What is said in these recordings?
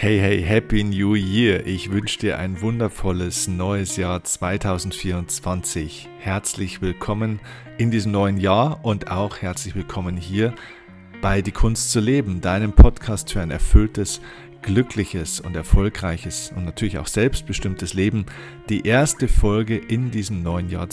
Hey, hey, Happy New Year! Ich wünsche dir ein wundervolles neues Jahr 2024. Herzlich willkommen in diesem neuen Jahr und auch herzlich willkommen hier bei Die Kunst zu leben, deinem Podcast für ein erfülltes, glückliches und erfolgreiches und natürlich auch selbstbestimmtes Leben. Die erste Folge in diesem neuen Jahr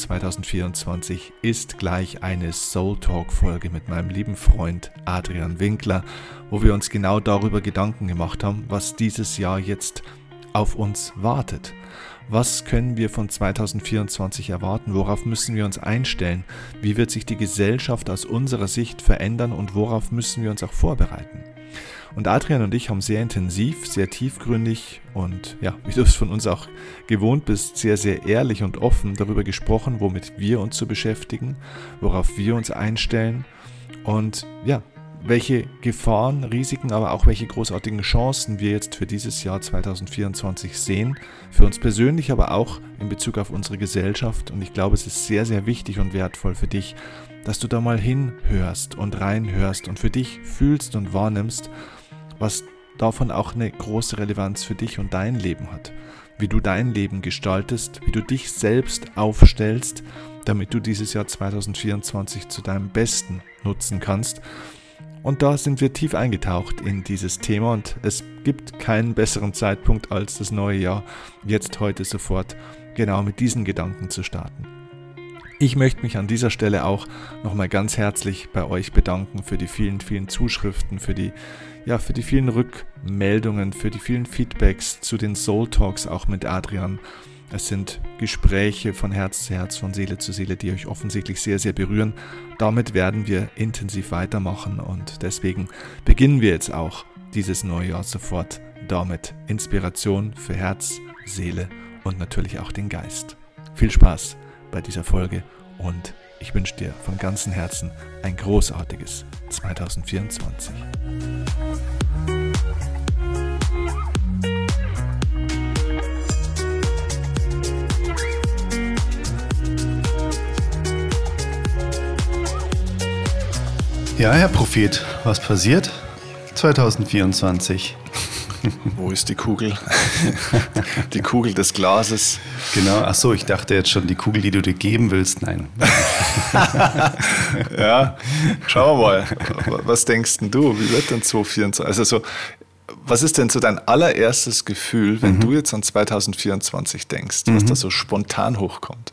2024 ist gleich eine Soul Talk Folge mit meinem lieben Freund Adrian Winkler, wo wir uns genau darüber Gedanken gemacht haben, was dieses Jahr jetzt auf uns wartet. Was können wir von 2024 erwarten? Worauf müssen wir uns einstellen? Wie wird sich die Gesellschaft aus unserer Sicht verändern und worauf müssen wir uns auch vorbereiten? Und Adrian und ich haben sehr intensiv, sehr tiefgründig und ja, wie du es von uns auch gewohnt bist, sehr, sehr ehrlich und offen darüber gesprochen, womit wir uns zu beschäftigen, worauf wir uns einstellen und ja, welche Gefahren, Risiken, aber auch welche großartigen Chancen wir jetzt für dieses Jahr 2024 sehen, für uns persönlich, aber auch in Bezug auf unsere Gesellschaft. Und ich glaube, es ist sehr, sehr wichtig und wertvoll für dich, dass du da mal hinhörst und reinhörst und für dich fühlst und wahrnimmst, was davon auch eine große Relevanz für dich und dein Leben hat. Wie du dein Leben gestaltest, wie du dich selbst aufstellst, damit du dieses Jahr 2024 zu deinem Besten nutzen kannst. Und da sind wir tief eingetaucht in dieses Thema und es gibt keinen besseren Zeitpunkt als das neue Jahr, jetzt heute sofort genau mit diesen Gedanken zu starten. Ich möchte mich an dieser Stelle auch nochmal ganz herzlich bei euch bedanken für die vielen, vielen Zuschriften, für die vielen Rückmeldungen, für die vielen Feedbacks zu den Soul Talks auch mit Adrian. Es sind Gespräche von Herz zu Herz, von Seele zu Seele, die euch offensichtlich sehr, sehr berühren. Damit werden wir intensiv weitermachen und deswegen beginnen wir jetzt auch dieses neue Jahr sofort damit. Inspiration für Herz, Seele und natürlich auch den Geist. Viel Spaß bei dieser Folge und ich wünsche dir von ganzem Herzen ein großartiges 2024. Ja, Herr Prophet, was passiert 2024? Wo ist die Kugel? Die Kugel des Glases. Genau, ach so, ich dachte jetzt schon, die Kugel, die du dir geben willst. Nein. Ja, schauen wir mal. Was denkst denn du? Wie wird denn 2024? Also so, was ist denn so dein allererstes Gefühl, wenn du jetzt an 2024 denkst, was da so spontan hochkommt?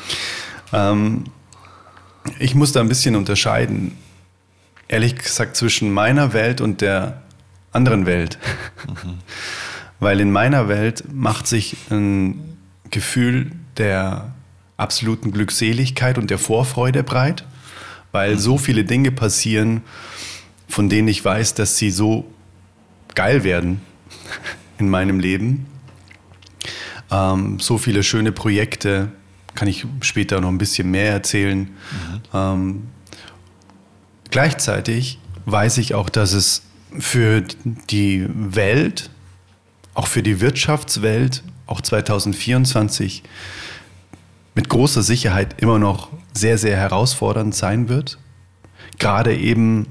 Ich muss da ein bisschen unterscheiden, ehrlich gesagt, zwischen meiner Welt und der anderen Welt. Weil in meiner Welt macht sich ein Gefühl der absoluten Glückseligkeit und der Vorfreude breit, weil so viele Dinge passieren, von denen ich weiß, dass sie so geil werden in meinem Leben. So viele schöne Projekte, kann ich später noch ein bisschen mehr erzählen. Gleichzeitig weiß ich auch, dass es für die Welt, auch für die Wirtschaftswelt, auch 2024 mit großer Sicherheit immer noch sehr, sehr herausfordernd sein wird. Gerade eben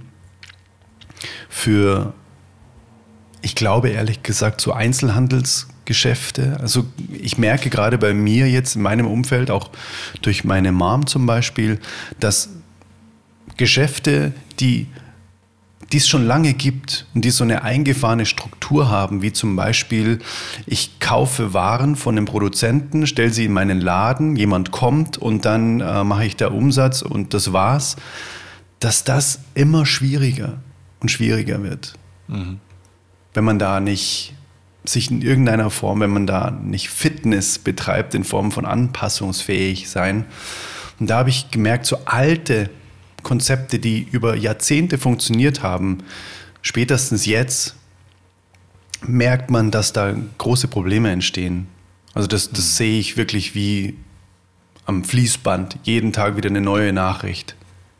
für, ich glaube ehrlich gesagt, so Einzelhandelsgeschäfte. Also ich merke gerade bei mir jetzt in meinem Umfeld, auch durch meine Mom zum Beispiel, dass Geschäfte, die es schon lange gibt und die so eine eingefahrene Struktur haben, wie zum Beispiel, ich kaufe Waren von einem Produzenten, stelle sie in meinen Laden, jemand kommt und dann mache ich da Umsatz und das war's, dass das immer schwieriger und schwieriger wird. Wenn man da nicht sich in irgendeiner Form, wenn man da nicht Fitness betreibt in Form von anpassungsfähig sein. Und da habe ich gemerkt, so alte Konzepte, die über Jahrzehnte funktioniert haben, spätestens jetzt merkt man, dass da große Probleme entstehen. Also das sehe ich wirklich wie am Fließband, jeden Tag wieder eine neue Nachricht.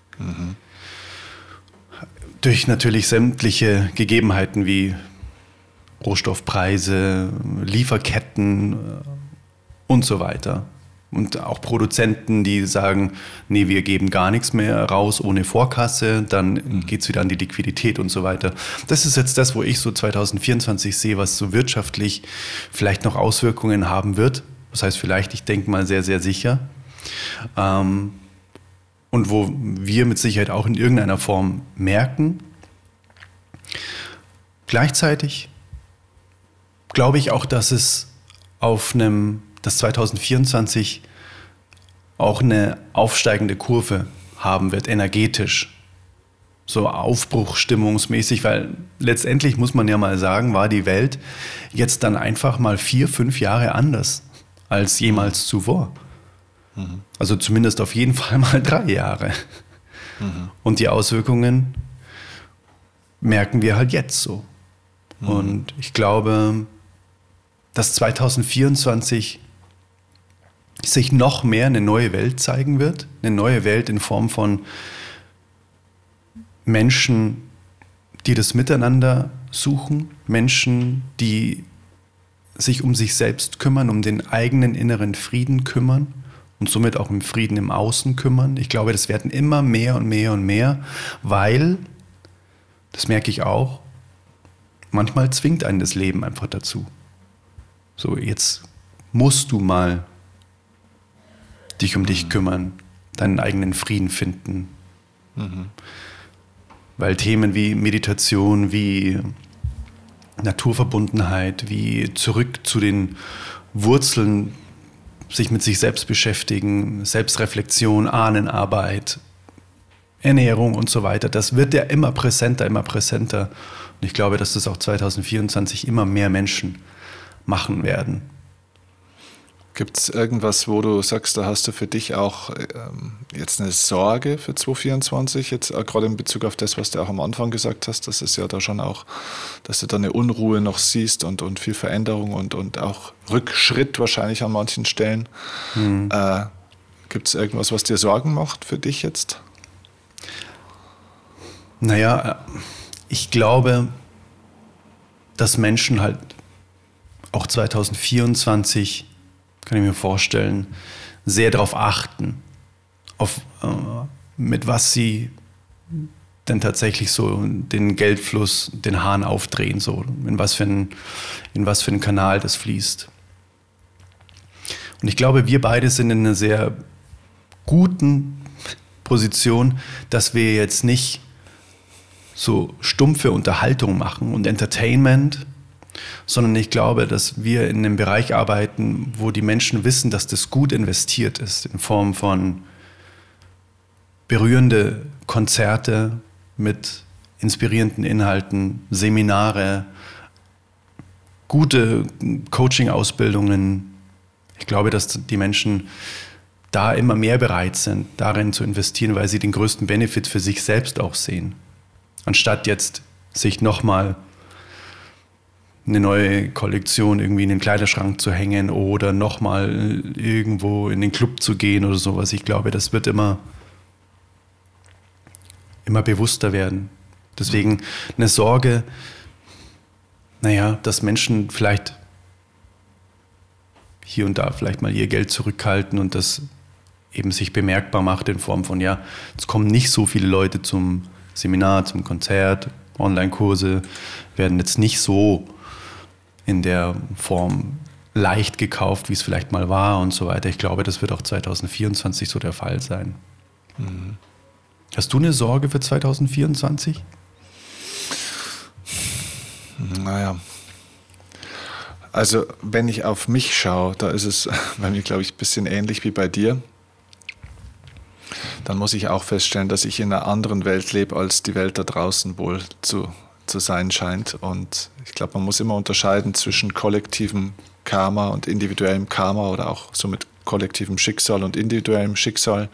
Durch natürlich sämtliche Gegebenheiten wie Rohstoffpreise, Lieferketten und so weiter. Und auch Produzenten, die sagen, nee, wir geben gar nichts mehr raus ohne Vorkasse, dann geht es wieder an die Liquidität und so weiter. Das ist jetzt das, wo ich so 2024 sehe, was so wirtschaftlich vielleicht noch Auswirkungen haben wird. Das heißt vielleicht, ich denke mal sehr, sehr sicher. Und wo wir mit Sicherheit auch in irgendeiner Form merken. Gleichzeitig glaube ich auch, dass es dass 2024 auch eine aufsteigende Kurve haben wird, energetisch. So aufbruchstimmungsmäßig, weil letztendlich muss man ja mal sagen, war die Welt jetzt dann einfach mal 4, 5 Jahre anders als jemals zuvor. Also zumindest auf jeden Fall mal 3 Jahre. Und die Auswirkungen merken wir halt jetzt so. Und ich glaube, dass 2024 sich noch mehr eine neue Welt zeigen wird. Eine neue Welt in Form von Menschen, die das Miteinander suchen. Menschen, die sich um sich selbst kümmern, um den eigenen inneren Frieden kümmern und somit auch um Frieden im Außen kümmern. Ich glaube, das werden immer mehr und mehr und mehr, weil, das merke ich auch, manchmal zwingt einen das Leben einfach dazu. So, jetzt musst du mal dich um dich kümmern, deinen eigenen Frieden finden. Weil Themen wie Meditation, wie Naturverbundenheit, wie zurück zu den Wurzeln, sich mit sich selbst beschäftigen, Selbstreflexion, Ahnenarbeit, Ernährung und so weiter, das wird ja immer präsenter, immer präsenter. Und ich glaube, dass das auch 2024 immer mehr Menschen machen werden. Gibt es irgendwas, wo du sagst, da hast du für dich auch jetzt eine Sorge für 2024, jetzt gerade in Bezug auf das, was du auch am Anfang gesagt hast, das ist ja da schon auch, dass du da eine Unruhe noch siehst und viel Veränderung und auch Rückschritt wahrscheinlich an manchen Stellen. Gibt es irgendwas, was dir Sorgen macht für dich jetzt? Naja, ich glaube, dass Menschen halt auch 2024, kann ich mir vorstellen, sehr darauf achten, mit was sie denn tatsächlich so den Geldfluss, den Hahn aufdrehen, so, in was für einen Kanal das fließt. Und ich glaube, wir beide sind in einer sehr guten Position, dass wir jetzt nicht so stumpfe Unterhaltung machen und Entertainment, sondern ich glaube, dass wir in einem Bereich arbeiten, wo die Menschen wissen, dass das gut investiert ist, in Form von berührende Konzerte mit inspirierenden Inhalten, Seminare, gute Coaching-Ausbildungen. Ich glaube, dass die Menschen da immer mehr bereit sind, darin zu investieren, weil sie den größten Benefit für sich selbst auch sehen. Anstatt jetzt sich nochmal eine neue Kollektion irgendwie in den Kleiderschrank zu hängen oder nochmal irgendwo in den Club zu gehen oder sowas. Ich glaube, das wird immer bewusster werden. Deswegen eine Sorge, dass Menschen vielleicht hier und da vielleicht mal ihr Geld zurückhalten und das eben sich bemerkbar macht in Form von, es kommen nicht so viele Leute zum Seminar, zum Konzert, Online-Kurse werden jetzt nicht so in der Form leicht gekauft, wie es vielleicht mal war und so weiter. Ich glaube, das wird auch 2024 so der Fall sein. Hast du eine Sorge für 2024? Naja, also wenn ich auf mich schaue, da ist es bei mir, glaube ich, ein bisschen ähnlich wie bei dir. Dann muss ich auch feststellen, dass ich in einer anderen Welt lebe, als die Welt da draußen wohl zu sein scheint. Und ich glaube, man muss immer unterscheiden zwischen kollektivem Karma und individuellem Karma oder auch somit kollektivem Schicksal und individuellem Schicksal.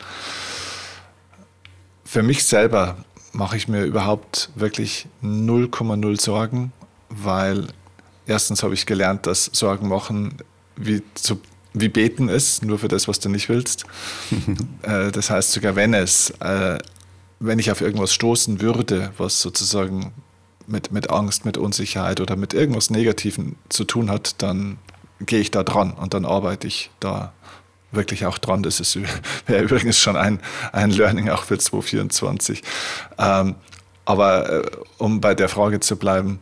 Für mich selber mache ich mir überhaupt wirklich 0,0 Sorgen, weil erstens habe ich gelernt, dass Sorgen machen wie Beten ist, nur für das, was du nicht willst. Das heißt, sogar wenn ich auf irgendwas stoßen würde, was sozusagen mit Angst, mit Unsicherheit oder mit irgendwas Negativem zu tun hat, dann gehe ich da dran und dann arbeite ich da wirklich auch dran. Das wäre übrigens schon ein Learning auch für 2024. Aber um bei der Frage zu bleiben,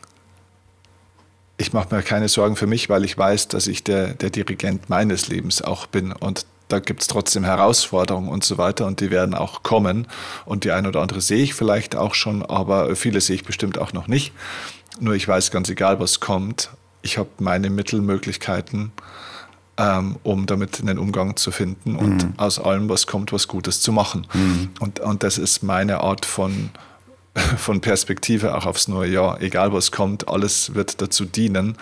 ich mache mir keine Sorgen für mich, weil ich weiß, dass ich der Dirigent meines Lebens auch bin. Und da gibt es trotzdem Herausforderungen und so weiter und die werden auch kommen. Und die eine oder andere sehe ich vielleicht auch schon, aber viele sehe ich bestimmt auch noch nicht. Nur ich weiß, ganz egal, was kommt, ich habe meine Mittelmöglichkeiten, um damit einen Umgang zu finden und aus allem, was kommt, was Gutes zu machen. Und das ist meine Art von Perspektive auch aufs neue Jahr. Egal was kommt, alles wird dazu dienen,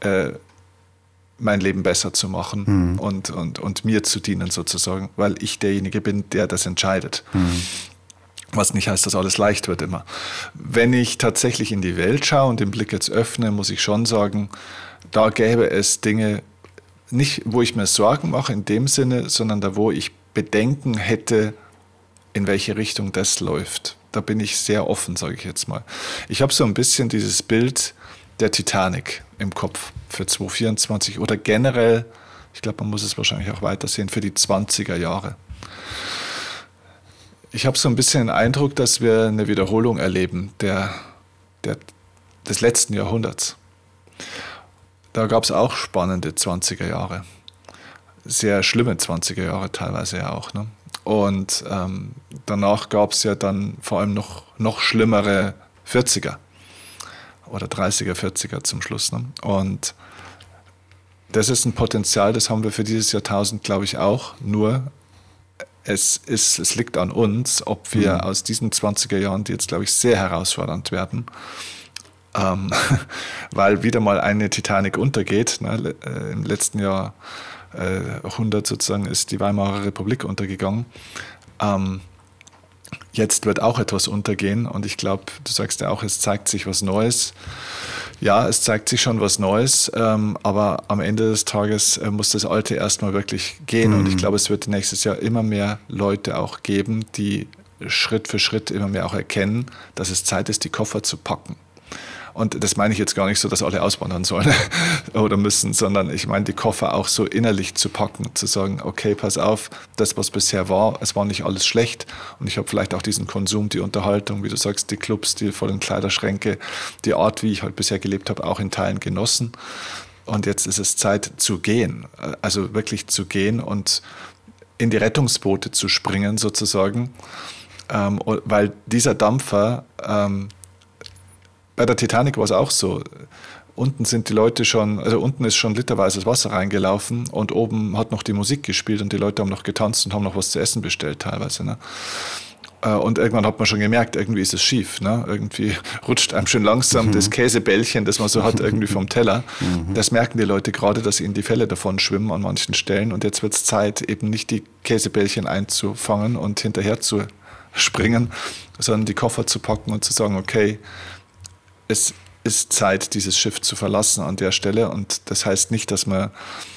mein Leben besser zu machen und mir zu dienen sozusagen, weil ich derjenige bin, der das entscheidet. Was nicht heißt, dass alles leicht wird immer. Wenn ich tatsächlich in die Welt schaue und den Blick jetzt öffne, muss ich schon sagen, da gäbe es Dinge, nicht wo ich mir Sorgen mache in dem Sinne, sondern da wo ich Bedenken hätte, in welche Richtung das läuft. Da bin ich sehr offen, sage ich jetzt mal. Ich habe so ein bisschen dieses Bild der Titanic im Kopf für 2024 oder generell, ich glaube, man muss es wahrscheinlich auch weitersehen, für die 20er Jahre. Ich habe so ein bisschen den Eindruck, dass wir eine Wiederholung erleben des letzten Jahrhunderts. Da gab es auch spannende 20er Jahre. Sehr schlimme 20er Jahre teilweise ja auch. Ne? Und danach gab es ja dann vor allem noch schlimmere 40er oder 30er, 40er zum Schluss. Ne? Und das ist ein Potenzial, das haben wir für dieses Jahrtausend, glaube ich, auch. Nur es liegt an uns, ob wir aus diesen 20er Jahren, die jetzt, glaube ich, sehr herausfordernd werden, weil wieder mal eine Titanic untergeht. Ne? Im letzten Jahrhundert sozusagen ist die Weimarer Republik untergegangen. Jetzt wird auch etwas untergehen und ich glaube, du sagst ja auch, es zeigt sich was Neues. Ja, es zeigt sich schon was Neues, aber am Ende des Tages muss das Alte erstmal wirklich gehen und ich glaube, es wird nächstes Jahr immer mehr Leute auch geben, die Schritt für Schritt immer mehr auch erkennen, dass es Zeit ist, die Koffer zu packen. Und das meine ich jetzt gar nicht so, dass alle auswandern sollen oder müssen, sondern ich meine, die Koffer auch so innerlich zu packen, zu sagen, okay, pass auf, das, was bisher war, es war nicht alles schlecht. Und ich habe vielleicht auch diesen Konsum, die Unterhaltung, wie du sagst, die Clubs, die vollen Kleiderschränke, die Art, wie ich halt bisher gelebt habe, auch in Teilen genossen. Und jetzt ist es Zeit zu gehen, also wirklich zu gehen und in die Rettungsboote zu springen sozusagen, weil dieser Dampfer... Bei der Titanic war es auch so. Unten sind die Leute unten ist schon literweise das Wasser reingelaufen und oben hat noch die Musik gespielt und die Leute haben noch getanzt und haben noch was zu essen bestellt teilweise. Ne? Und irgendwann hat man schon gemerkt, irgendwie ist es schief. Ne? Irgendwie rutscht einem schön langsam das Käsebällchen, das man so hat, irgendwie vom Teller. Das merken die Leute gerade, dass ihnen die Felle davon schwimmen an manchen Stellen. Und jetzt wird es Zeit, eben nicht die Käsebällchen einzufangen und hinterher zu springen, sondern die Koffer zu packen und zu sagen, okay, es ist Zeit, dieses Schiff zu verlassen an der Stelle. Und das heißt nicht, dass man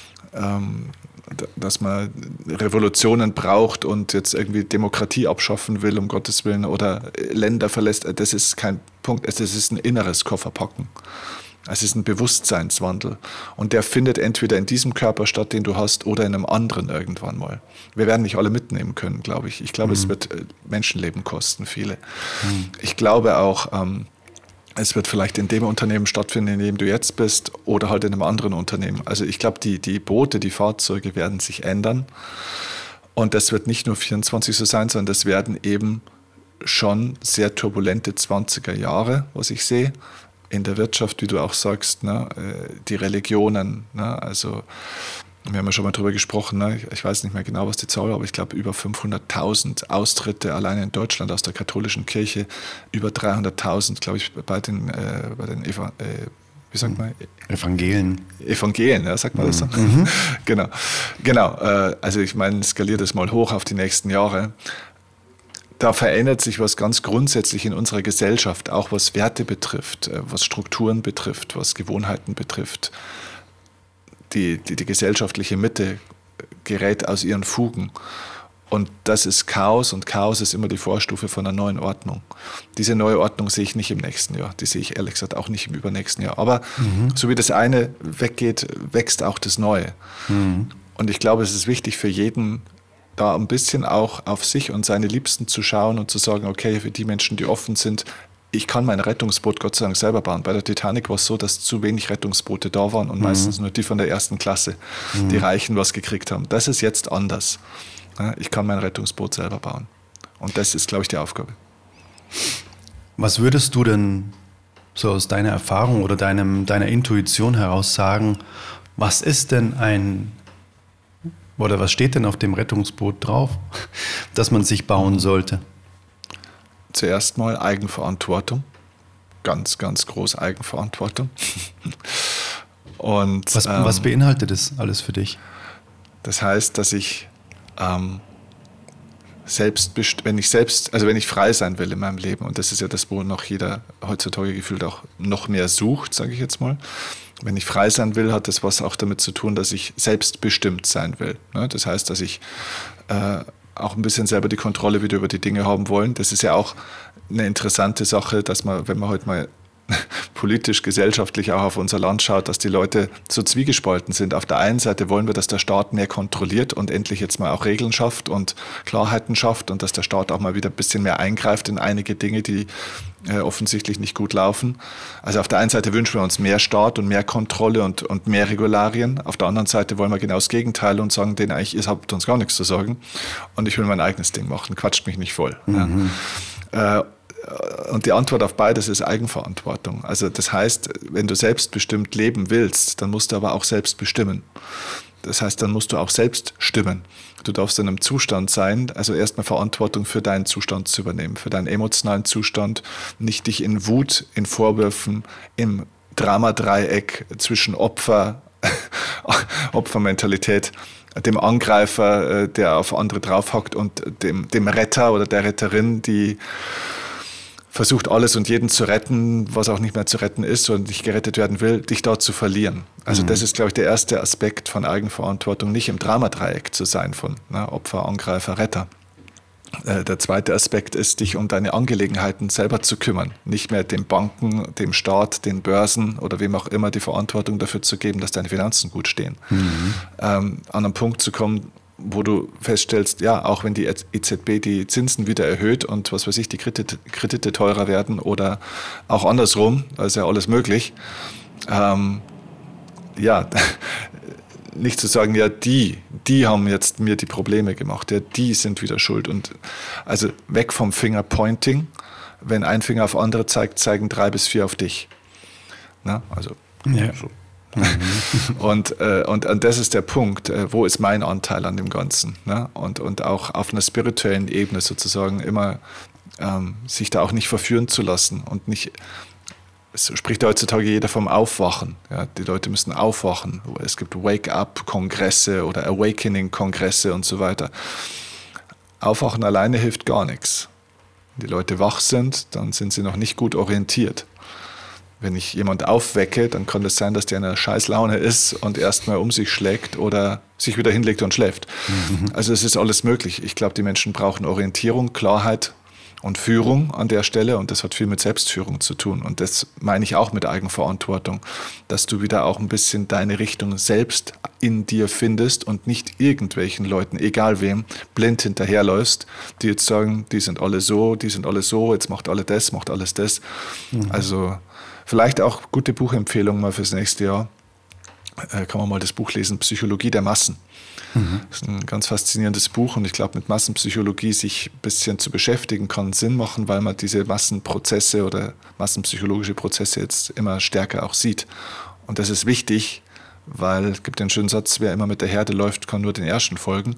Revolutionen braucht und jetzt irgendwie Demokratie abschaffen will, um Gottes Willen, oder Länder verlässt. Das ist kein Punkt. Es ist ein inneres Kofferpacken. Es ist ein Bewusstseinswandel. Und der findet entweder in diesem Körper statt, den du hast, oder in einem anderen irgendwann mal. Wir werden nicht alle mitnehmen können, glaube ich. Ich glaube, es wird Menschenleben kosten, viele. Ich glaube auch, es wird vielleicht in dem Unternehmen stattfinden, in dem du jetzt bist, oder halt in einem anderen Unternehmen. Also ich glaube, die Boote, die Fahrzeuge werden sich ändern. Und das wird nicht nur 24 so sein, sondern das werden eben schon sehr turbulente 20er Jahre, was ich sehe. In der Wirtschaft, wie du auch sagst, ne, die Religionen, ne, also wir haben ja schon mal drüber gesprochen, ne? Ich weiß nicht mehr genau, was die Zahl war, aber ich glaube über 500.000 Austritte alleine in Deutschland aus der katholischen Kirche, über 300.000, glaube ich, bei den wie sagt man? Evangelien, ja, sagt man das so? Genau. Also ich meine, skaliert das mal hoch auf die nächsten Jahre. Da verändert sich was ganz grundsätzlich in unserer Gesellschaft, auch was Werte betrifft, was Strukturen betrifft, was Gewohnheiten betrifft. Die gesellschaftliche Mitte gerät aus ihren Fugen. Und das ist Chaos und Chaos ist immer die Vorstufe von einer neuen Ordnung. Diese neue Ordnung sehe ich nicht im nächsten Jahr. Die sehe ich ehrlich gesagt auch nicht im übernächsten Jahr. Aber so wie das eine weggeht, wächst auch das Neue. Und ich glaube, es ist wichtig für jeden, da ein bisschen auch auf sich und seine Liebsten zu schauen und zu sagen, okay, für die Menschen, die offen sind, ich kann mein Rettungsboot Gott sei Dank selber bauen. Bei der Titanic war es so, dass zu wenig Rettungsboote da waren und meistens nur die von der ersten Klasse, die Reichen was gekriegt haben. Das ist jetzt anders. Ja, ich kann mein Rettungsboot selber bauen. Und das ist, glaube ich, die Aufgabe. Was würdest du denn so aus deiner Erfahrung oder deiner Intuition heraus sagen, was ist denn oder was steht denn auf dem Rettungsboot drauf, dass man sich bauen sollte? Zuerst mal Eigenverantwortung. Ganz, ganz große Eigenverantwortung. Und, was beinhaltet das alles für dich? Das heißt, dass ich wenn ich frei sein will in meinem Leben, und das ist ja das, wo noch jeder heutzutage gefühlt auch noch mehr sucht, sage ich jetzt mal. Wenn ich frei sein will, hat das was auch damit zu tun, dass ich selbstbestimmt sein will. Das heißt, dass ich auch ein bisschen selber die Kontrolle wieder über die Dinge haben wollen. Das ist ja auch eine interessante Sache, dass man, wenn man heute mal politisch, gesellschaftlich auch auf unser Land schaut, dass die Leute so zwiegespalten sind. Auf der einen Seite wollen wir, dass der Staat mehr kontrolliert und endlich jetzt mal auch Regeln schafft und Klarheiten schafft und dass der Staat auch mal wieder ein bisschen mehr eingreift in einige Dinge, die offensichtlich nicht gut laufen. Also auf der einen Seite wünschen wir uns mehr Staat und mehr Kontrolle und mehr Regularien. Auf der anderen Seite wollen wir genau das Gegenteil und sagen denen eigentlich, ihr habt uns gar nichts zu sagen und ich will mein eigenes Ding machen, quatscht mich nicht voll. Ja. Und die Antwort auf beides ist Eigenverantwortung. Also das heißt, wenn du selbstbestimmt leben willst, dann musst du aber auch selbst bestimmen. Das heißt, dann musst du auch selbst stimmen. Du darfst in einem Zustand sein, also erstmal Verantwortung für deinen Zustand zu übernehmen, für deinen emotionalen Zustand, nicht dich in Wut, in Vorwürfen, im Dramadreieck zwischen Opfermentalität, dem Angreifer, der auf andere draufhackt und dem Retter oder der Retterin, die versucht alles und jeden zu retten, was auch nicht mehr zu retten ist und nicht gerettet werden will, dich dort zu verlieren. Also das ist, glaube ich, der erste Aspekt von Eigenverantwortung, nicht im Dramadreieck zu sein von Opfer, Angreifer, Retter. Der zweite Aspekt ist, dich um deine Angelegenheiten selber zu kümmern. Nicht mehr den Banken, dem Staat, den Börsen oder wem auch immer die Verantwortung dafür zu geben, dass deine Finanzen gut stehen. An einen Punkt zu kommen, wo du feststellst, ja, auch wenn die EZB die Zinsen wieder erhöht und was weiß ich, die Kredite teurer werden oder auch andersrum, da ist ja alles möglich, ja, nicht zu sagen, ja, die haben jetzt mir die Probleme gemacht, ja, die sind wieder schuld. Und also weg vom Fingerpointing, wenn ein Finger auf andere zeigt, zeigen 3 bis 4 auf dich. Na, also ja. So. Und das ist der Punkt, wo ist mein Anteil an dem Ganzen? Ne? Und auch auf einer spirituellen Ebene sozusagen immer sich da auch nicht verführen zu lassen und nicht, es spricht heutzutage jeder vom Aufwachen. Ja? Die Leute müssen aufwachen. Es gibt Wake-up-Kongresse oder Awakening-Kongresse und so weiter. Aufwachen alleine hilft gar nichts. Wenn die Leute wach sind, dann sind sie noch nicht gut orientiert. Wenn ich jemand aufwecke, dann kann es sein, dass der in einer Scheißlaune ist und erstmal um sich schlägt oder sich wieder hinlegt und schläft. Also es ist alles möglich. Ich glaube, die Menschen brauchen Orientierung, Klarheit und Führung an der Stelle und das hat viel mit Selbstführung zu tun. Und das meine ich auch mit Eigenverantwortung, dass du wieder auch ein bisschen deine Richtung selbst in dir findest und nicht irgendwelchen Leuten, egal wem, blind hinterherläufst, die jetzt sagen, die sind alle so, jetzt macht alles das. Also vielleicht auch gute Buchempfehlung mal fürs nächste Jahr. Kann man mal das Buch lesen, Psychologie der Massen. Das ist ein ganz faszinierendes Buch und ich glaube, mit Massenpsychologie sich ein bisschen zu beschäftigen, kann Sinn machen, weil man diese Massenprozesse oder massenpsychologische Prozesse jetzt immer stärker auch sieht. Und das ist wichtig, weil es gibt den schönen Satz, wer immer mit der Herde läuft, kann nur den Ersten folgen.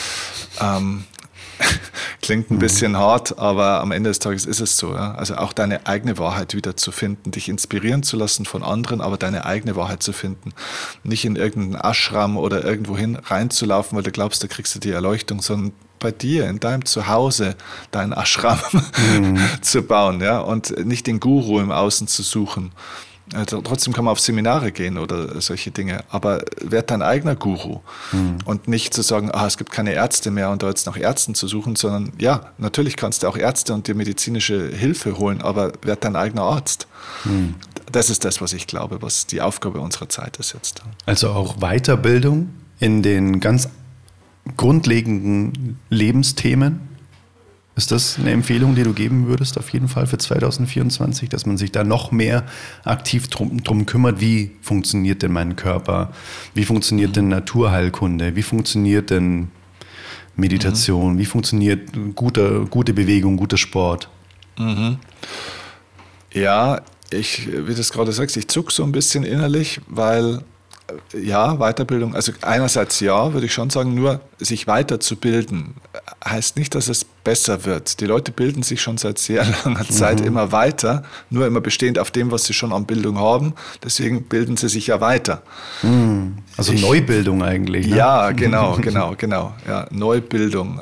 Klingt ein bisschen hart, aber am Ende des Tages ist es so. Ja? Also auch deine eigene Wahrheit wieder zu finden, dich inspirieren zu lassen von anderen, aber deine eigene Wahrheit zu finden. Nicht in irgendeinen Ashram oder irgendwo hin reinzulaufen, weil du glaubst, da kriegst du die Erleuchtung, sondern bei dir, in deinem Zuhause, deinen Ashram zu bauen, ja? Und nicht den Guru im Außen zu suchen. Also trotzdem kann man auf Seminare gehen oder solche Dinge, aber werd dein eigener Guru und nicht zu sagen, es gibt keine Ärzte mehr und da jetzt nach Ärzten zu suchen, sondern ja, natürlich kannst du auch Ärzte und dir medizinische Hilfe holen, aber werd dein eigener Arzt. Das ist das, was ich glaube, was die Aufgabe unserer Zeit ist jetzt. Also auch Weiterbildung in den ganz grundlegenden Lebensthemen? Ist das eine Empfehlung, die du geben würdest, auf jeden Fall für 2024, dass man sich da noch mehr aktiv drum kümmert, wie funktioniert denn mein Körper, wie funktioniert denn Naturheilkunde, wie funktioniert denn Meditation, wie funktioniert gute Bewegung, guter Sport? Ja, wie du es gerade sagst, ich zucke so ein bisschen innerlich, weil ja, Weiterbildung, also einerseits ja, würde ich schon sagen, nur sich weiterzubilden heißt nicht, dass es besser wird. Die Leute bilden sich schon seit sehr langer Zeit immer weiter, nur immer bestehend auf dem, was sie schon an Bildung haben. Deswegen bilden sie sich ja weiter. Also Neubildung eigentlich, ne? Ja, genau. Ja, Neubildung.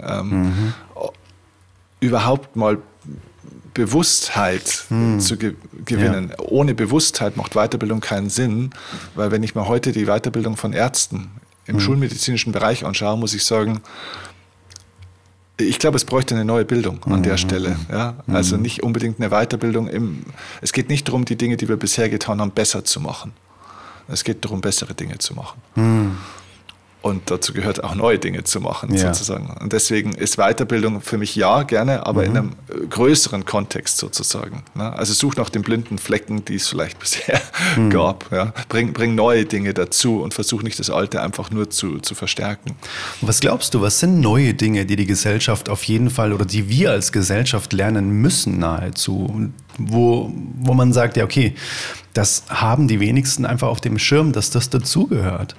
Überhaupt mal Bewusstheit zu gewinnen. Ja. Ohne Bewusstheit macht Weiterbildung keinen Sinn, weil wenn ich mir heute die Weiterbildung von Ärzten im schulmedizinischen Bereich anschaue, muss ich sagen, ich glaube, es bräuchte eine neue Bildung an der Stelle. Ja? Also nicht unbedingt eine Weiterbildung. Es geht nicht darum, die Dinge, die wir bisher getan haben, besser zu machen. Es geht darum, bessere Dinge zu machen. Und dazu gehört auch neue Dinge zu machen, sozusagen. Und deswegen ist Weiterbildung für mich ja gerne, aber in einem größeren Kontext sozusagen. Ne? Also such nach den blinden Flecken, die es vielleicht bisher gab. Ja? Bring neue Dinge dazu und versuch nicht das Alte einfach nur zu verstärken. Was glaubst du, was sind neue Dinge, die Gesellschaft auf jeden Fall oder die wir als Gesellschaft lernen müssen nahezu? Wo man sagt, ja okay, das haben die wenigsten einfach auf dem Schirm, dass das dazugehört.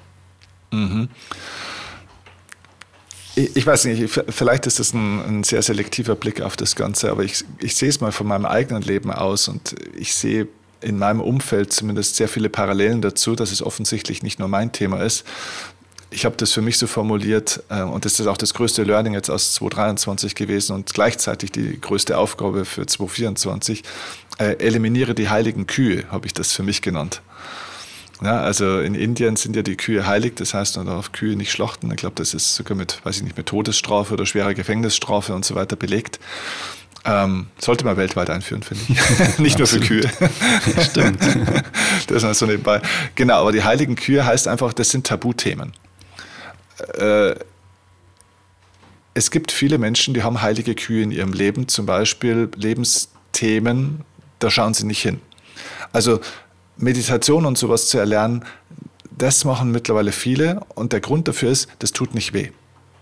Ich weiß nicht, vielleicht ist das ein sehr selektiver Blick auf das Ganze, aber ich sehe es mal von meinem eigenen Leben aus und ich sehe in meinem Umfeld zumindest sehr viele Parallelen dazu, dass es offensichtlich nicht nur mein Thema ist. Ich habe das für mich so formuliert und das ist auch das größte Learning jetzt aus 2023 gewesen und gleichzeitig die größte Aufgabe für 2024. Eliminiere die heiligen Kühe, habe ich das für mich genannt. Ja, also in Indien sind ja die Kühe heilig, das heißt, man darf Kühe nicht schlachten. Ich glaube, das ist sogar mit Todesstrafe oder schwerer Gefängnisstrafe und so weiter belegt. Sollte man weltweit einführen, finde ich. Nicht nur für Kühe. Stimmt. Das ist so nebenbei. Genau, aber die heiligen Kühe heißt einfach, das sind Tabuthemen. Es gibt viele Menschen, die haben heilige Kühe in ihrem Leben, zum Beispiel Lebensthemen, da schauen sie nicht hin. Also Meditation und sowas zu erlernen, das machen mittlerweile viele und der Grund dafür ist, das tut nicht weh.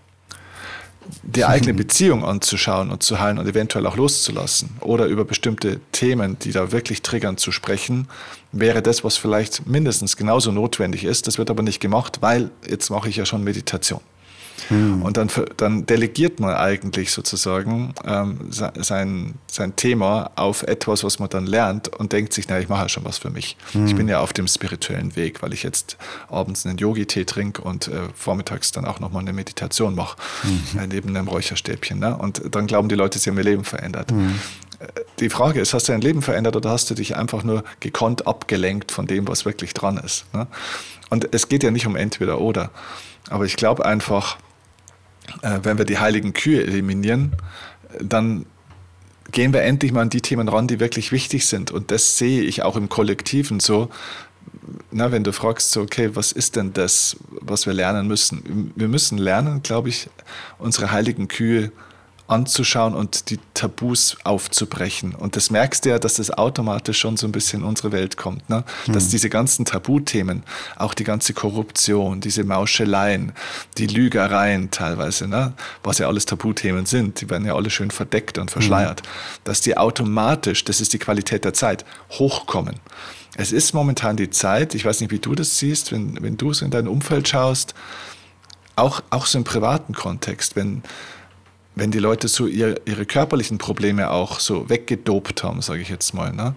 Die eigene Beziehung anzuschauen und zu heilen und eventuell auch loszulassen oder über bestimmte Themen, die da wirklich triggern, zu sprechen, wäre das, was vielleicht mindestens genauso notwendig ist. Das wird aber nicht gemacht, weil jetzt mache ich ja schon Meditation. Und dann delegiert man eigentlich sozusagen sein Thema auf etwas, was man dann lernt und denkt sich, ich mache ja schon was für mich. Ich bin ja auf dem spirituellen Weg, weil ich jetzt abends einen Yogi-Tee trinke und vormittags dann auch nochmal eine Meditation mache, neben einem Räucherstäbchen. Ne? Und dann glauben die Leute, sie haben ihr Leben verändert. Die Frage ist, hast du dein Leben verändert oder hast du dich einfach nur gekonnt abgelenkt von dem, was wirklich dran ist? Ne? Und es geht ja nicht um entweder oder. Aber ich glaube einfach, wenn wir die heiligen Kühe eliminieren, dann gehen wir endlich mal an die Themen ran, die wirklich wichtig sind. Und das sehe ich auch im Kollektiven so. Wenn du fragst, so, okay, was ist denn das, was wir lernen müssen? Wir müssen lernen, glaube ich, unsere heiligen Kühe anzuschauen und die Tabus aufzubrechen. Und das merkst du ja, dass das automatisch schon so ein bisschen in unsere Welt kommt. Ne? Dass diese ganzen Tabuthemen, auch die ganze Korruption, diese Mauscheleien, die Lügereien teilweise, ne? Was ja alles Tabuthemen sind, die werden ja alle schön verdeckt und verschleiert, dass die automatisch, das ist die Qualität der Zeit, hochkommen. Es ist momentan die Zeit, ich weiß nicht, wie du das siehst, wenn du so in dein Umfeld schaust, auch so im privaten Kontext, wenn die Leute so ihre körperlichen Probleme auch so weggedopt haben, sage ich jetzt mal, ne?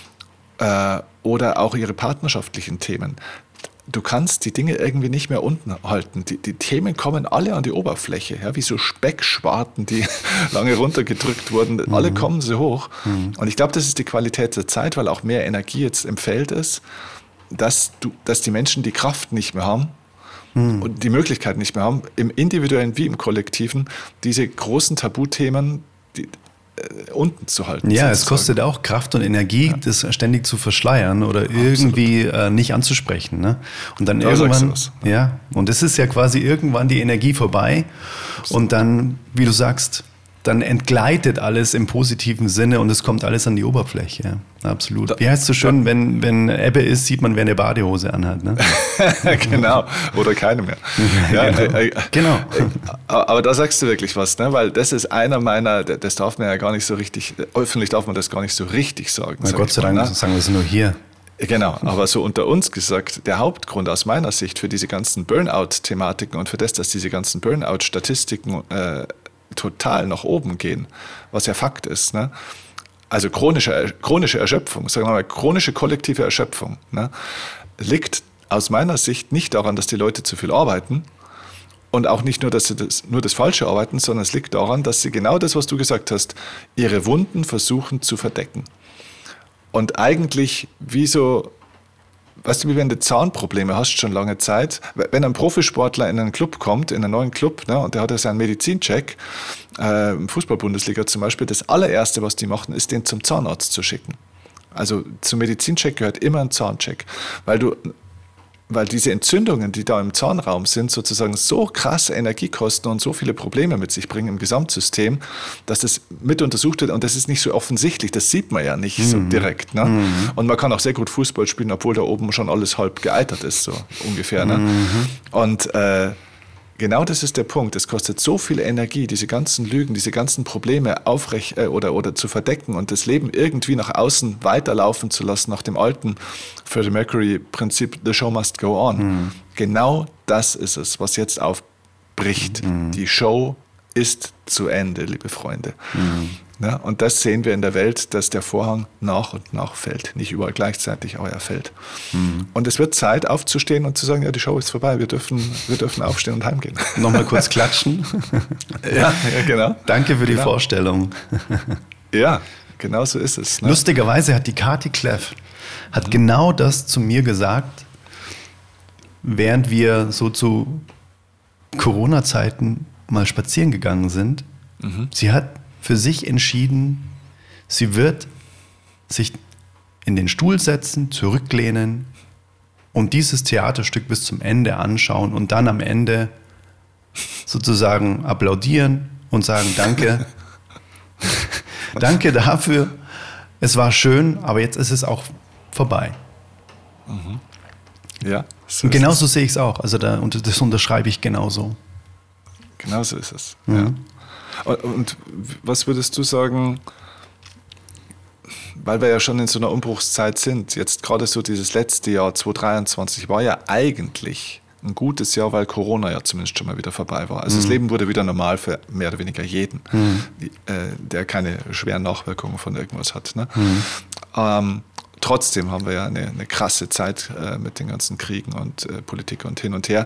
Oder auch ihre partnerschaftlichen Themen. Du kannst die Dinge irgendwie nicht mehr unten halten. Die Themen kommen alle an die Oberfläche, ja, wie so Speckschwarten, die lange runtergedrückt wurden. Alle kommen so hoch. Und ich glaube, das ist die Qualität der Zeit, weil auch mehr Energie jetzt im Feld ist, dass die Menschen die Kraft nicht mehr haben, und die Möglichkeit nicht mehr haben, im Individuellen wie im Kollektiven, diese großen Tabuthemen, unten zu halten. Ja, es kostet auch Kraft und Energie, das ständig zu verschleiern oder irgendwie nicht anzusprechen. Ne? Und dann irgendwann, und es ist ja quasi irgendwann die Energie vorbei. Absolut. Und dann, wie du sagst, dann entgleitet alles im positiven Sinne und es kommt alles an die Oberfläche. Absolut. Wie heißt es so schön, wenn Ebbe ist, sieht man, wer eine Badehose anhat. Ne? Genau, oder keine mehr. Ja, genau. Aber da sagst du wirklich was, ne? Weil das ist einer meiner, das darf man ja gar nicht so richtig, öffentlich darf man das gar nicht so richtig sagen. Na Gott sei Dank, ne? Sagen wir es nur hier. Genau, aber so unter uns gesagt, der Hauptgrund aus meiner Sicht für diese ganzen Burnout-Thematiken und für das, dass diese ganzen Burnout-Statistiken total nach oben gehen, was ja Fakt ist. Ne? Also chronische Erschöpfung, sagen wir mal, chronische kollektive Erschöpfung, ne? Liegt aus meiner Sicht nicht daran, dass die Leute zu viel arbeiten und auch nicht nur, dass sie nur das Falsche arbeiten, sondern es liegt daran, dass sie genau das, was du gesagt hast, ihre Wunden versuchen zu verdecken. Und eigentlich wie so, weißt du, wie wenn du Zahnprobleme hast schon lange Zeit, wenn ein Profisportler in einen Club kommt, in einen neuen Club, ne, und der hat ja seinen Medizincheck, Fußball-Bundesliga zum Beispiel, das allererste, was die machen, ist, den zum Zahnarzt zu schicken. Also zum Medizincheck gehört immer ein Zahncheck, weil diese Entzündungen, die da im Zahnraum sind, sozusagen so krasse Energie kosten und so viele Probleme mit sich bringen im Gesamtsystem, dass das mit untersucht wird und das ist nicht so offensichtlich, das sieht man ja nicht so direkt. Ne? Und man kann auch sehr gut Fußball spielen, obwohl da oben schon alles halb gealtert ist, so ungefähr. Ne? Und genau das ist der Punkt. Es kostet so viel Energie, diese ganzen Lügen, diese ganzen Probleme oder zu verdecken und das Leben irgendwie nach außen weiterlaufen zu lassen, nach dem alten Freddie Mercury-Prinzip, the show must go on. Genau das ist es, was jetzt aufbricht. Die Show ist zu Ende, liebe Freunde. Ja, und das sehen wir in der Welt, dass der Vorhang nach und nach fällt. Nicht überall gleichzeitig, aber er fällt. Und es wird Zeit, aufzustehen und zu sagen, ja, die Show ist vorbei, wir dürfen aufstehen und heimgehen. Nochmal kurz klatschen. Ja, genau. Danke für die Vorstellung. Ja, genau so ist es. Ne? Lustigerweise hat die Kati Kleff genau das zu mir gesagt, während wir so zu Corona-Zeiten mal spazieren gegangen sind. Sie hat für sich entschieden, sie wird sich in den Stuhl setzen, zurücklehnen und dieses Theaterstück bis zum Ende anschauen und dann am Ende sozusagen applaudieren und sagen, danke, danke dafür, es war schön, aber jetzt ist es auch vorbei. Ja. So und genauso sehe ich es auch, also das unterschreibe ich genauso. Genauso ist es, ja. Und was würdest du sagen, weil wir ja schon in so einer Umbruchszeit sind, jetzt gerade so dieses letzte Jahr, 2023, war ja eigentlich ein gutes Jahr, weil Corona ja zumindest schon mal wieder vorbei war. Also das Leben wurde wieder normal für mehr oder weniger jeden, der keine schweren Nachwirkungen von irgendwas hat. Ne? Trotzdem haben wir ja eine krasse Zeit mit den ganzen Kriegen und Politik und hin und her.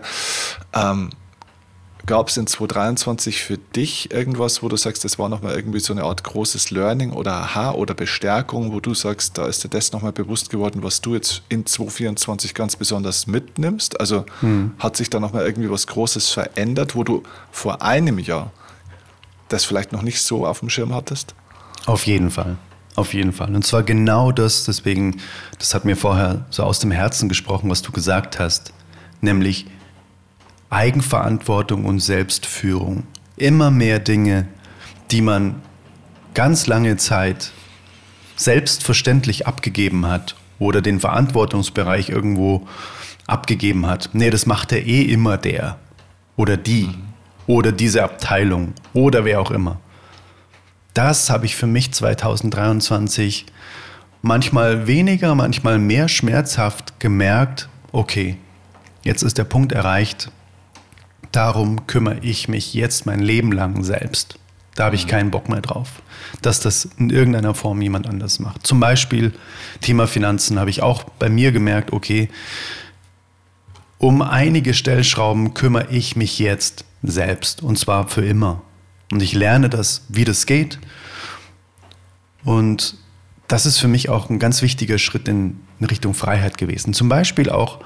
Gab es in 2023 für dich irgendwas, wo du sagst, das war nochmal irgendwie so eine Art großes Learning oder Aha oder Bestärkung, wo du sagst, da ist dir das nochmal bewusst geworden, was du jetzt in 2024 ganz besonders mitnimmst? Also hat sich da nochmal irgendwie was Großes verändert, wo du vor einem Jahr das vielleicht noch nicht so auf dem Schirm hattest? Auf jeden Fall. Auf jeden Fall. Und zwar genau das, deswegen, das hat mir vorher so aus dem Herzen gesprochen, was du gesagt hast, nämlich Eigenverantwortung und Selbstführung. Immer mehr Dinge, die man ganz lange Zeit selbstverständlich abgegeben hat oder den Verantwortungsbereich irgendwo abgegeben hat. Nee, das macht ja eh immer der oder die oder diese Abteilung oder wer auch immer. Das habe ich für mich 2023 manchmal weniger, manchmal mehr schmerzhaft gemerkt. Okay, jetzt ist der Punkt erreicht. Darum kümmere ich mich jetzt mein Leben lang selbst. Da habe ich keinen Bock mehr drauf, dass das in irgendeiner Form jemand anders macht. Zum Beispiel Thema Finanzen habe ich auch bei mir gemerkt, okay, um einige Stellschrauben kümmere ich mich jetzt selbst und zwar für immer. Und ich lerne das, wie das geht. Und das ist für mich auch ein ganz wichtiger Schritt in Richtung Freiheit gewesen. Zum Beispiel auch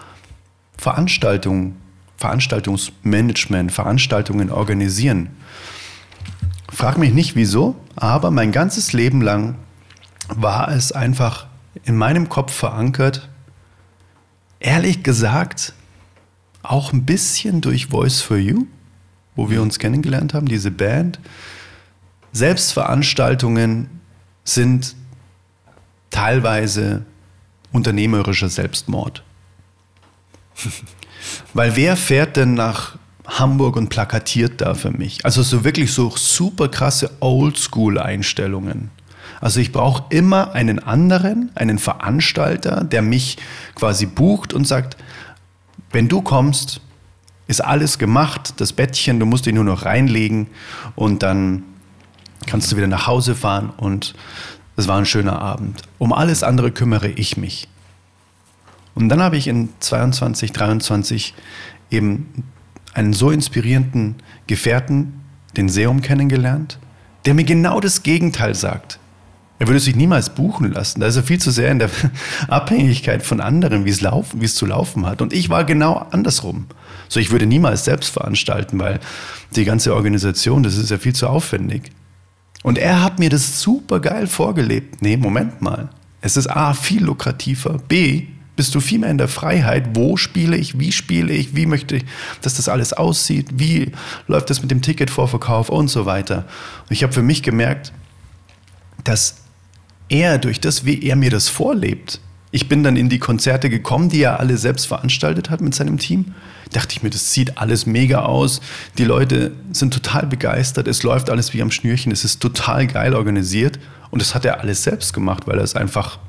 Veranstaltungsmanagement, Veranstaltungen organisieren. Frag mich nicht wieso, aber mein ganzes Leben lang war es einfach in meinem Kopf verankert, ehrlich gesagt, auch ein bisschen durch Voice for You, wo wir uns kennengelernt haben, diese Band. Selbstveranstaltungen sind teilweise unternehmerischer Selbstmord. Weil wer fährt denn nach Hamburg und plakatiert da für mich? Also so wirklich so super krasse Oldschool-Einstellungen. Also ich brauche immer einen anderen, einen Veranstalter, der mich quasi bucht und sagt, wenn du kommst, ist alles gemacht, das Bettchen, du musst dich nur noch reinlegen und dann kannst du wieder nach Hause fahren und das war ein schöner Abend. Um alles andere kümmere ich mich. Und dann habe ich in 22, 23 eben einen so inspirierenden Gefährten, den Seum, kennengelernt, der mir genau das Gegenteil sagt. Er würde sich niemals buchen lassen. Da ist er viel zu sehr in der Abhängigkeit von anderen, wie es zu laufen hat. Und ich war genau andersrum. So, ich würde niemals selbst veranstalten, weil die ganze Organisation, das ist ja viel zu aufwendig. Und er hat mir das super geil vorgelebt. Nee, Moment mal. Es ist A, viel lukrativer. B, bist du viel mehr in der Freiheit. Wo spiele ich? Wie möchte ich, dass das alles aussieht? Wie läuft das mit dem Ticketvorverkauf und so weiter? Und ich habe für mich gemerkt, dass er durch das, wie er mir das vorlebt, ich bin dann in die Konzerte gekommen, die er alle selbst veranstaltet hat mit seinem Team. Dachte ich mir, das sieht alles mega aus. Die Leute sind total begeistert. Es läuft alles wie am Schnürchen. Es ist total geil organisiert. Und das hat er alles selbst gemacht, weil er es einfach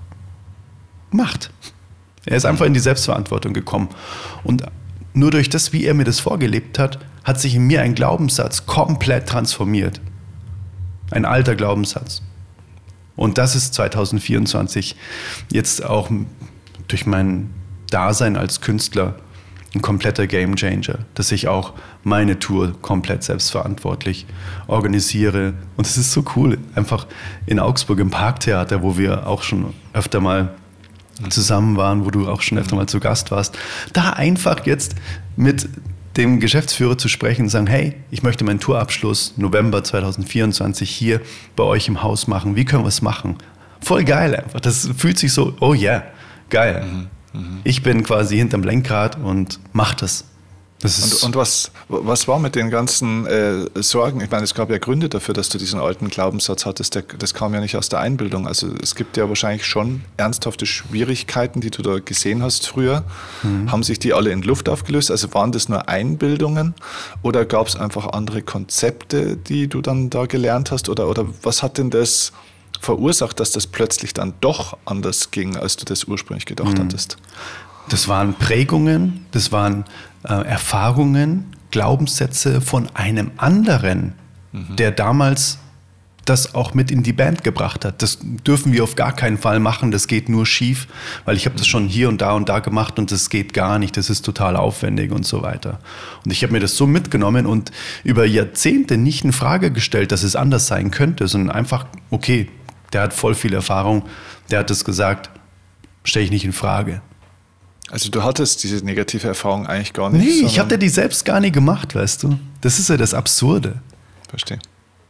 macht. Er ist einfach in die Selbstverantwortung gekommen. Und nur durch das, wie er mir das vorgelebt hat, hat sich in mir ein Glaubenssatz komplett transformiert. Ein alter Glaubenssatz. Und das ist 2024 jetzt auch durch mein Dasein als Künstler ein kompletter Gamechanger, dass ich auch meine Tour komplett selbstverantwortlich organisiere. Und es ist so cool, einfach in Augsburg im Parktheater, wo wir auch schon öfter mal zusammen waren, wo du auch schon öfter mal zu Gast warst, da einfach jetzt mit dem Geschäftsführer zu sprechen und sagen, hey, ich möchte meinen Tourabschluss November 2024 hier bei euch im Haus machen. Wie können wir es machen? Voll geil einfach. Das fühlt sich so, oh yeah, geil. Ich bin quasi hinterm Lenkrad und mach das. Und was war mit den ganzen Sorgen? Ich meine, es gab ja Gründe dafür, dass du diesen alten Glaubenssatz hattest. Das kam ja nicht aus der Einbildung. Also es gibt ja wahrscheinlich schon ernsthafte Schwierigkeiten, die du da gesehen hast früher. Haben sich die alle in Luft aufgelöst? Also waren das nur Einbildungen? Oder gab es einfach andere Konzepte, die du dann da gelernt hast? Oder was hat denn das verursacht, dass das plötzlich dann doch anders ging, als du das ursprünglich gedacht hattest? Das waren Prägungen, das waren Erfahrungen, Glaubenssätze von einem anderen, der damals das auch mit in die Band gebracht hat. Das dürfen wir auf gar keinen Fall machen, das geht nur schief, weil ich habe das schon hier und da gemacht und das geht gar nicht, das ist total aufwendig und so weiter. Und ich habe mir das so mitgenommen und über Jahrzehnte nicht in Frage gestellt, dass es anders sein könnte, sondern einfach, okay, der hat voll viel Erfahrung, der hat das gesagt, stelle ich nicht in Frage. Also du hattest diese negative Erfahrung eigentlich gar nicht? Nee, ich hatte die selbst gar nie gemacht, weißt du. Das ist ja das Absurde. Verstehe.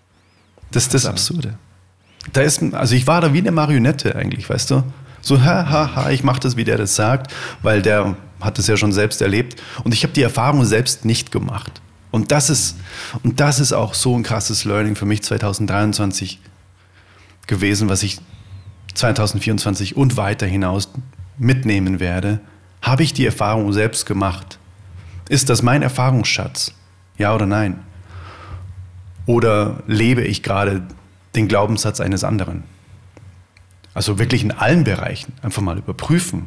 Das ist das Absurde. Also ich war da wie eine Marionette eigentlich, weißt du. So, ich mache das, wie der das sagt, weil der hat es ja schon selbst erlebt. Und ich habe die Erfahrung selbst nicht gemacht. Und das ist auch so ein krasses Learning für mich 2023 gewesen, was ich 2024 und weiter hinaus mitnehmen werde. Habe ich die Erfahrung selbst gemacht? Ist das mein Erfahrungsschatz? Ja oder nein? Oder lebe ich gerade den Glaubenssatz eines anderen? Also wirklich in allen Bereichen einfach mal überprüfen.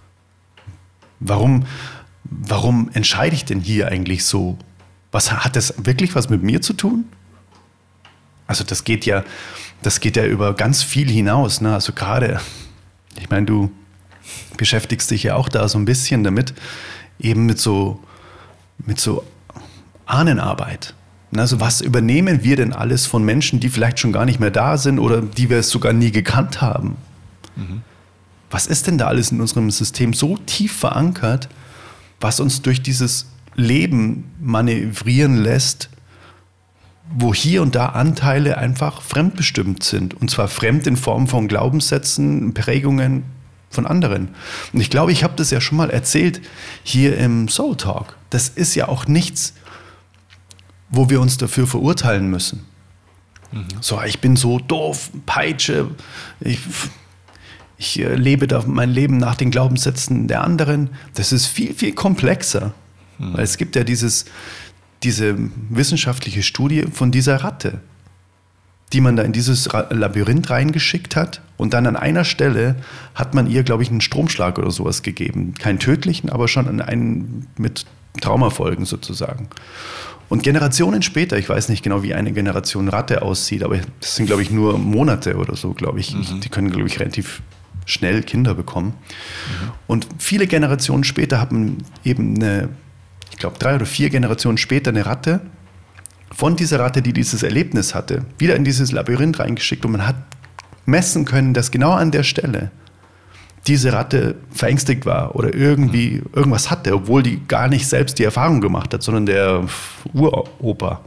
Warum entscheide ich denn hier eigentlich so? Hat das wirklich was mit mir zu tun? Also das geht ja über ganz viel hinaus, ne? Also gerade, ich meine, du beschäftigst dich ja auch da so ein bisschen damit, eben mit so Ahnenarbeit. Also was übernehmen wir denn alles von Menschen, die vielleicht schon gar nicht mehr da sind oder die wir sogar nie gekannt haben? Was ist denn da alles in unserem System so tief verankert, was uns durch dieses Leben manövrieren lässt, wo hier und da Anteile einfach fremdbestimmt sind. Und zwar fremd in Form von Glaubenssätzen, Prägungen von anderen. Und ich glaube, ich habe das ja schon mal erzählt hier im Soul Talk. Das ist ja auch nichts, wo wir uns dafür verurteilen müssen. So, ich bin so doof, Peitsche, ich lebe da mein Leben nach den Glaubenssätzen der anderen. Das ist viel, viel komplexer. Weil es gibt ja diese wissenschaftliche Studie von dieser Ratte, die man da in dieses Labyrinth reingeschickt hat. Und dann an einer Stelle hat man ihr, glaube ich, einen Stromschlag oder sowas gegeben. Keinen tödlichen, aber schon einen mit Traumafolgen sozusagen. Und Generationen später, ich weiß nicht genau, wie eine Generation Ratte aussieht, aber das sind, glaube ich, nur Monate oder so, glaube ich. Die können, glaube ich, relativ schnell Kinder bekommen. Und viele Generationen später haben eben ich glaube 3 oder 4 Generationen später eine Ratte, von dieser Ratte, die dieses Erlebnis hatte, wieder in dieses Labyrinth reingeschickt und man hat messen können, dass genau an der Stelle diese Ratte verängstigt war oder irgendwie irgendwas hatte, obwohl die gar nicht selbst die Erfahrung gemacht hat, sondern der Uropa.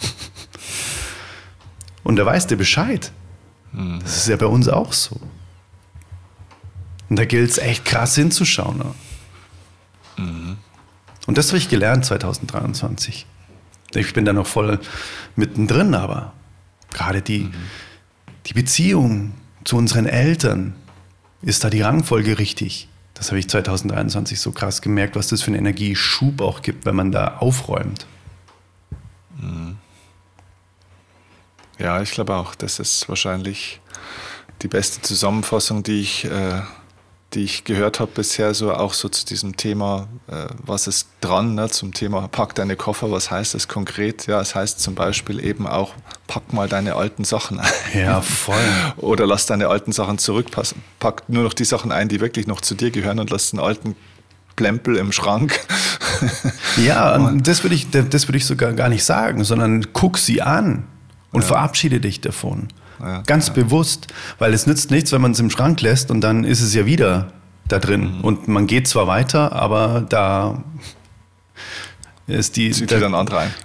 Und da weiß der Bescheid. Das ist ja bei uns auch so. Und da gilt es echt krass hinzuschauen. Ne? Und das habe ich gelernt 2023. Ich bin da noch voll mittendrin, aber gerade die Beziehung zu unseren Eltern, ist da die Rangfolge richtig? Das habe ich 2023 so krass gemerkt, was das für einen Energieschub auch gibt, wenn man da aufräumt. Ja, ich glaube auch, das ist wahrscheinlich die beste Zusammenfassung, die ich gehört habe bisher, so auch so zu diesem Thema, was ist dran, ne, zum Thema pack deine Koffer, was heißt das konkret? Ja, es heißt zum Beispiel eben auch, pack mal deine alten Sachen ein. Ja, voll. Oder lass deine alten Sachen zurückpassen. Pack nur noch die Sachen ein, die wirklich noch zu dir gehören und lass den alten Plempel im Schrank. Ja, das würde ich sogar gar nicht sagen, sondern guck sie an und verabschiede dich davon. Ja, ganz bewusst, weil es nützt nichts, wenn man es im Schrank lässt und dann ist es ja wieder da drin. Und man geht zwar weiter, aber da ist zieht wieder ein anderer ein.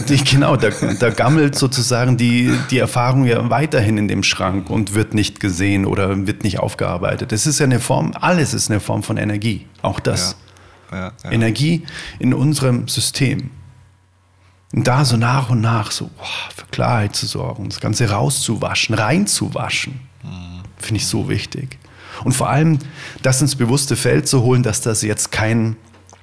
Da gammelt sozusagen die Erfahrung ja weiterhin in dem Schrank und wird nicht gesehen oder wird nicht aufgearbeitet. Das ist ja eine Form, alles ist eine Form von Energie, auch das. Ja. Energie in unserem System. Und da so nach und nach so für Klarheit zu sorgen, das Ganze rauszuwaschen, reinzuwaschen, finde ich so wichtig. Und vor allem das ins bewusste Feld zu holen, dass das jetzt kein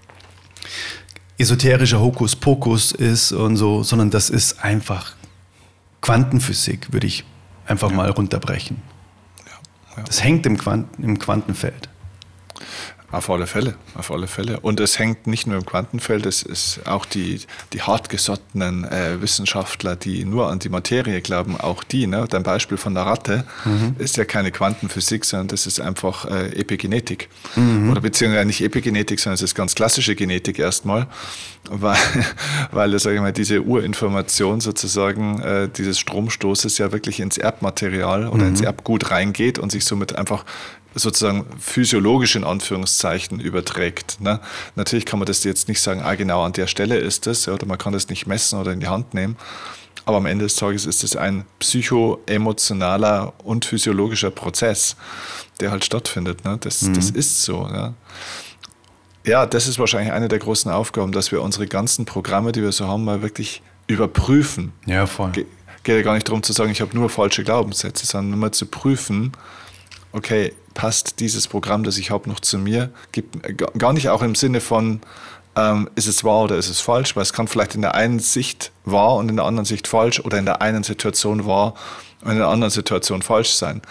esoterischer Hokuspokus ist und so, sondern das ist einfach Quantenphysik, würde ich einfach mal runterbrechen. Ja. Das hängt im Quantenfeld. Auf alle Fälle. Und es hängt nicht nur im Quantenfeld, es ist auch die hartgesottenen Wissenschaftler, die nur an die Materie glauben, auch die, ne? Dein Beispiel von der Ratte ist ja keine Quantenphysik, sondern das ist einfach Epigenetik. Oder beziehungsweise nicht Epigenetik, sondern es ist ganz klassische Genetik erstmal, weil sage ich mal, diese Urinformation sozusagen dieses Stromstoßes ja wirklich ins Erbmaterial oder ins Erbgut reingeht und sich somit einfach sozusagen physiologisch in Anführungszeichen überträgt. Ne? Natürlich kann man das jetzt nicht sagen, genau an der Stelle ist das, oder man kann das nicht messen oder in die Hand nehmen, aber am Ende des Tages ist es ein psychoemotionaler und physiologischer Prozess, der halt stattfindet. Ne? Das ist so. Ja? Ja, das ist wahrscheinlich eine der großen Aufgaben, dass wir unsere ganzen Programme, die wir so haben, mal wirklich überprüfen. Ja, voll. Geht ja gar nicht darum zu sagen, ich habe nur falsche Glaubenssätze, sondern nur mal zu prüfen, okay, passt dieses Programm, das ich habe, noch zu mir? Gar nicht auch im Sinne von, ist es wahr oder ist es falsch, weil es kann vielleicht in der einen Sicht wahr und in der anderen Sicht falsch oder in der einen Situation wahr und in der anderen Situation falsch sein.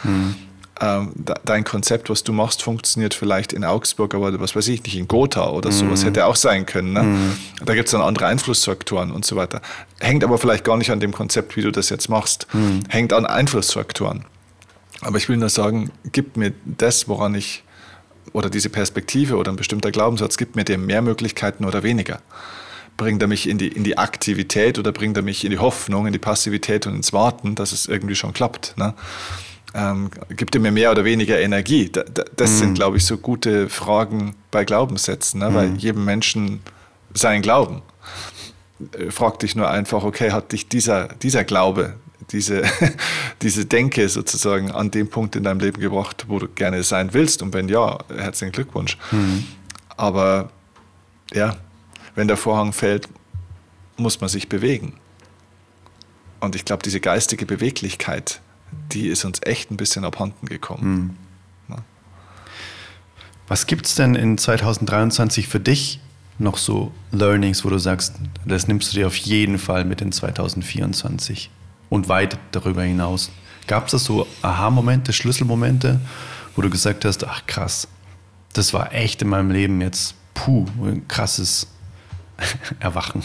Dein Konzept, was du machst, funktioniert vielleicht in Augsburg, aber was weiß ich nicht, in Gotha oder sowas hätte auch sein können. Ne? Da gibt es dann andere Einflussfaktoren und so weiter. Hängt aber vielleicht gar nicht an dem Konzept, wie du das jetzt machst. Hängt an Einflussfaktoren. Aber ich will nur sagen, gib mir das, woran ich, oder diese Perspektive oder ein bestimmter Glaubenssatz, gibt mir dem mehr Möglichkeiten oder weniger. Bringt er mich in die Aktivität oder bringt er mich in die Hoffnung, in die Passivität und ins Warten, dass es irgendwie schon klappt. Ne? Gibt er mir mehr oder weniger Energie? Das sind, glaube ich, so gute Fragen bei Glaubenssätzen, ne? Weil jedem Menschen sein Glauben. frag dich nur einfach, okay, hat dich dieser Glaube, diese Denke sozusagen an dem Punkt in deinem Leben gebracht, wo du gerne sein willst? Und wenn ja, herzlichen Glückwunsch. Aber ja, wenn der Vorhang fällt, muss man sich bewegen. Und ich glaube, diese geistige Beweglichkeit, die ist uns echt ein bisschen abhanden gekommen. Ja. Was gibt es denn in 2023 für dich noch so Learnings, wo du sagst, das nimmst du dir auf jeden Fall mit in 2024 und weit darüber hinaus? Gab es da so Aha-Momente, Schlüsselmomente, wo du gesagt hast, ach krass, das war echt in meinem Leben jetzt, ein krasses Erwachen?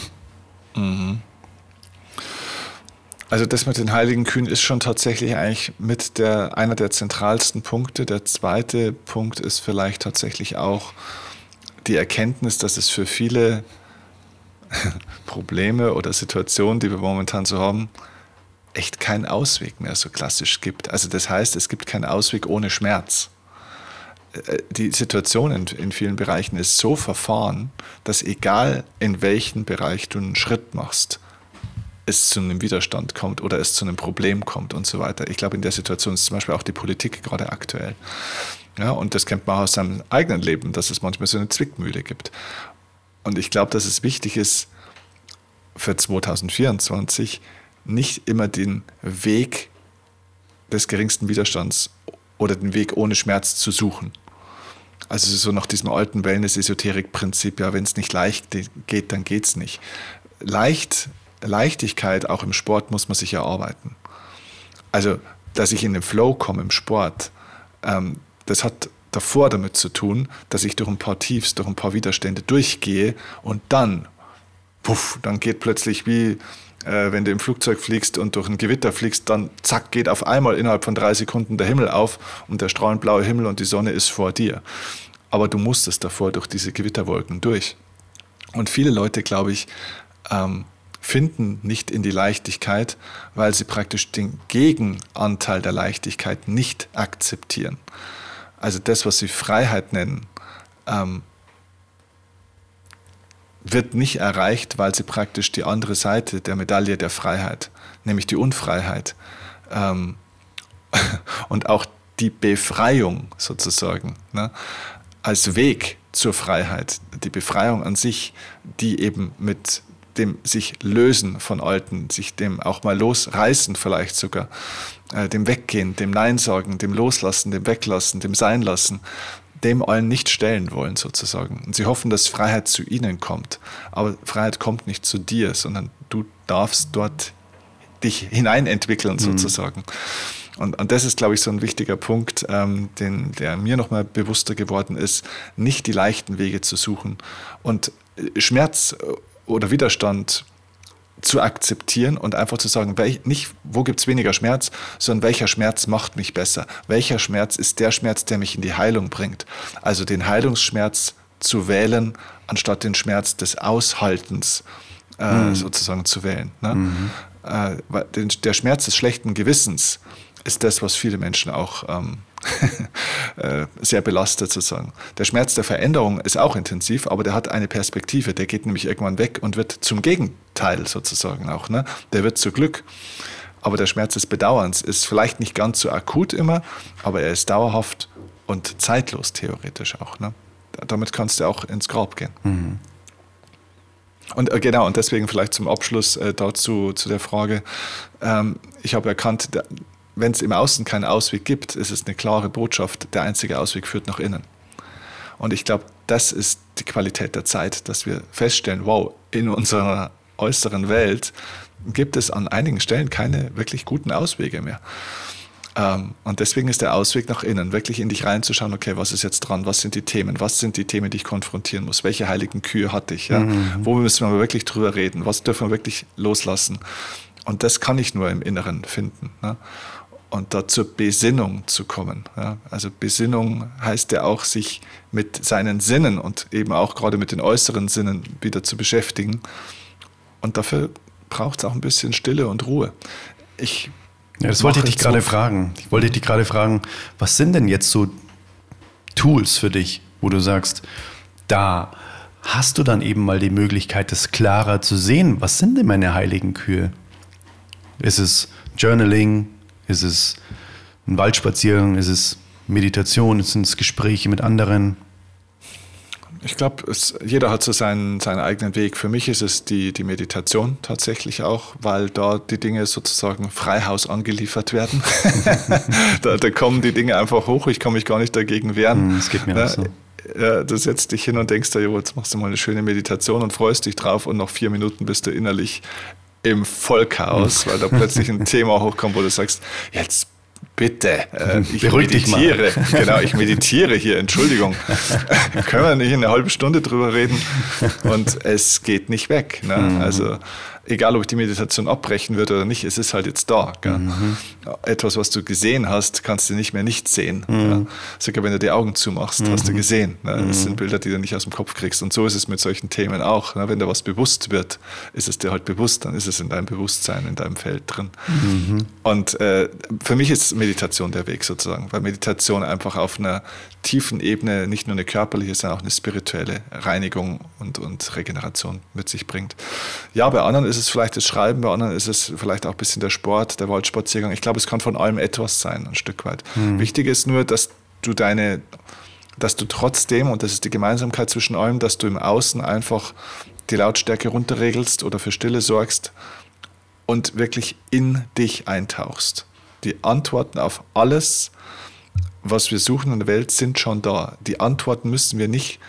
Also das mit den heiligen Kühen ist schon tatsächlich eigentlich mit einer der zentralsten Punkte. Der zweite Punkt ist vielleicht tatsächlich auch die Erkenntnis, dass es für viele Probleme oder Situationen, die wir momentan so haben, echt keinen Ausweg mehr so klassisch gibt. Also das heißt, es gibt keinen Ausweg ohne Schmerz. Die Situation in vielen Bereichen ist so verfahren, dass egal in welchem Bereich du einen Schritt machst, es zu einem Widerstand kommt oder es zu einem Problem kommt und so weiter. Ich glaube, in der Situation ist zum Beispiel auch die Politik gerade aktuell. Ja, und das kennt man aus seinem eigenen Leben, dass es manchmal so eine Zwickmühle gibt. Und ich glaube, dass es wichtig ist, für 2024 nicht immer den Weg des geringsten Widerstands oder den Weg ohne Schmerz zu suchen. Also so nach diesem alten Wellness-Esoterik-Prinzip, ja, wenn es nicht leicht geht, dann geht es nicht. Leichtigkeit auch im Sport muss man sich erarbeiten. Also, dass ich in den Flow komme im Sport, das hat davor damit zu tun, dass ich durch ein paar Tiefs, durch ein paar Widerstände durchgehe und dann geht plötzlich wie, wenn du im Flugzeug fliegst und durch ein Gewitter fliegst, dann zack, geht auf einmal innerhalb von 3 Sekunden der Himmel auf und der strahlend blaue Himmel und die Sonne ist vor dir. Aber du musstest davor durch diese Gewitterwolken durch. Und viele Leute, glaube ich, finden nicht in die Leichtigkeit, weil sie praktisch den Gegenanteil der Leichtigkeit nicht akzeptieren. Also das, was sie Freiheit nennen, wird nicht erreicht, weil sie praktisch die andere Seite der Medaille der Freiheit, nämlich die Unfreiheit und auch die Befreiung sozusagen, ne, als Weg zur Freiheit, die Befreiung an sich, die eben mit dem sich lösen von Alten, sich dem auch mal losreißen vielleicht sogar, dem Weggehen, dem Nein sagen, dem Loslassen, dem Weglassen, dem Seinlassen, dem allen nicht stellen wollen sozusagen. Und sie hoffen, dass Freiheit zu ihnen kommt. Aber Freiheit kommt nicht zu dir, sondern du darfst dort dich hineinentwickeln sozusagen. Und das ist, glaube ich, so ein wichtiger Punkt, der mir nochmal bewusster geworden ist, nicht die leichten Wege zu suchen und Schmerz oder Widerstand zu akzeptieren und einfach zu sagen, nicht, wo gibt es weniger Schmerz, sondern welcher Schmerz macht mich besser? Welcher Schmerz ist der Schmerz, der mich in die Heilung bringt? Also den Heilungsschmerz zu wählen, anstatt den Schmerz des Aushaltens sozusagen zu wählen. Ne? Der Schmerz des schlechten Gewissens ist das, was viele Menschen auch sehr belastet sozusagen. Der Schmerz der Veränderung ist auch intensiv, aber der hat eine Perspektive, der geht nämlich irgendwann weg und wird zum Gegenteil sozusagen auch. Ne? Der wird zu Glück. Aber der Schmerz des Bedauerns ist vielleicht nicht ganz so akut immer, aber er ist dauerhaft und zeitlos theoretisch auch. Ne? Damit kannst du auch ins Grab gehen. Und genau, und deswegen vielleicht zum Abschluss dazu zu der Frage, ich habe erkannt, wenn es im Außen keinen Ausweg gibt, ist es eine klare Botschaft, der einzige Ausweg führt nach innen. Und ich glaube, das ist die Qualität der Zeit, dass wir feststellen, wow, in unserer äußeren Welt gibt es an einigen Stellen keine wirklich guten Auswege mehr. Und deswegen ist der Ausweg nach innen, wirklich in dich reinzuschauen, okay, was ist jetzt dran, was sind die Themen, die ich konfrontieren muss, welche heiligen Kühe hatte ich, ja? Wo müssen wir wirklich drüber reden, was dürfen wir wirklich loslassen. Und das kann ich nur im Inneren finden. Ne? Und da zur Besinnung zu kommen. Ja? Also Besinnung heißt ja auch, sich mit seinen Sinnen und eben auch gerade mit den äußeren Sinnen wieder zu beschäftigen. Und dafür braucht es auch ein bisschen Stille und Ruhe. Das wollte ich dich gerade fragen. Ich wollte dich gerade fragen, was sind denn jetzt so Tools für dich, wo du sagst, da hast du dann eben mal die Möglichkeit, das klarer zu sehen. Was sind denn meine heiligen Kühe? Ist es Journaling? Ist es ein Waldspaziergang? Ist es Meditation? Sind es Gespräche mit anderen? Ich glaube, jeder hat so seinen eigenen Weg. Für mich ist es die Meditation tatsächlich auch, weil da die Dinge sozusagen Freihaus angeliefert werden. da kommen die Dinge einfach hoch, ich kann mich gar nicht dagegen wehren. Das geht mir auch so. Ja, du setzt dich hin und denkst dir, jetzt machst du mal eine schöne Meditation und freust dich drauf und nach 4 Minuten bist du innerlich im Vollchaos, weil da plötzlich ein Thema hochkommt, wo du sagst, jetzt bitte, ich meditiere. Genau, ich meditiere hier, Entschuldigung. Können wir nicht eine halbe Stunde drüber reden? Und es geht nicht weg. Ne? Also egal, ob ich die Meditation abbrechen würde oder nicht, es ist halt jetzt da. Gell? Etwas, was du gesehen hast, kannst du nicht mehr nicht sehen. Ja? Sogar wenn du die Augen zumachst, hast du gesehen. Ne? Das sind Bilder, die du nicht aus dem Kopf kriegst. Und so ist es mit solchen Themen auch. Ne? Wenn da was bewusst wird, ist es dir halt bewusst, dann ist es in deinem Bewusstsein, in deinem Feld drin. Und für mich ist Meditation der Weg sozusagen, weil Meditation einfach auf einer tiefen Ebene nicht nur eine körperliche, sondern auch eine spirituelle Reinigung und Regeneration mit sich bringt. Ja, bei anderen ist es vielleicht das Schreiben, bei anderen ist es vielleicht auch ein bisschen der Sport, der Waldspaziergang. Ich glaube, es kann von allem etwas sein, ein Stück weit. Wichtig ist nur, dass du trotzdem, und das ist die Gemeinsamkeit zwischen allem, dass du im Außen einfach die Lautstärke runterregelst oder für Stille sorgst und wirklich in dich eintauchst. Die Antworten auf alles, was wir suchen in der Welt, sind schon da. Die Antworten müssen wir nicht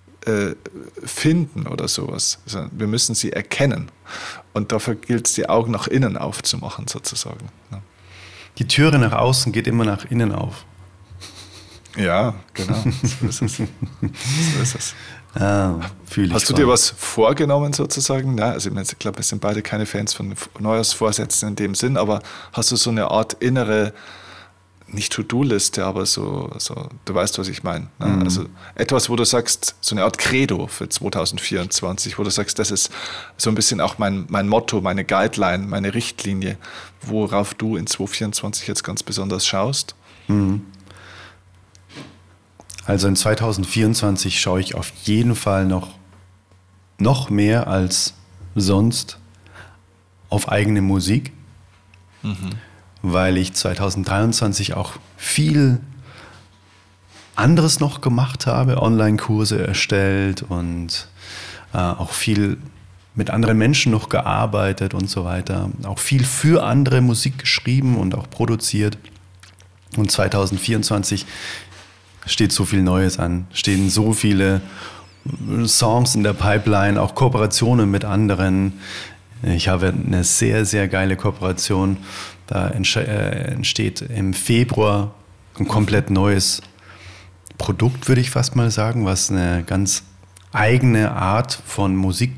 finden oder sowas, sondern wir müssen sie erkennen. Und dafür gilt es, die Augen nach innen aufzumachen, sozusagen. Ja. Die Türe nach außen geht immer nach innen auf. Ja, genau. So ist es. So ist es. Hast du dir was vorgenommen sozusagen? Na, also ich glaube, wir sind beide keine Fans von Neujahrsvorsätzen in dem Sinn, aber hast du so eine Art innere, nicht To-Do-Liste, aber so, du weißt, was ich meine. Ne? Also etwas, wo du sagst, so eine Art Credo für 2024, wo du sagst, das ist so ein bisschen auch mein Motto, meine Guideline, meine Richtlinie, worauf du in 2024 jetzt ganz besonders schaust? Also in 2024 schaue ich auf jeden Fall noch mehr als sonst auf eigene Musik, weil ich 2023 auch viel anderes noch gemacht habe, Online-Kurse erstellt und auch viel mit anderen Menschen noch gearbeitet und so weiter. Auch viel für andere Musik geschrieben und auch produziert. Und 2024 steht so viel Neues an, stehen so viele Songs in der Pipeline, auch Kooperationen mit anderen. Ich habe eine sehr, sehr geile Kooperation. Da entsteht im Februar ein komplett neues Produkt, würde ich fast mal sagen, was eine ganz eigene Art von Musik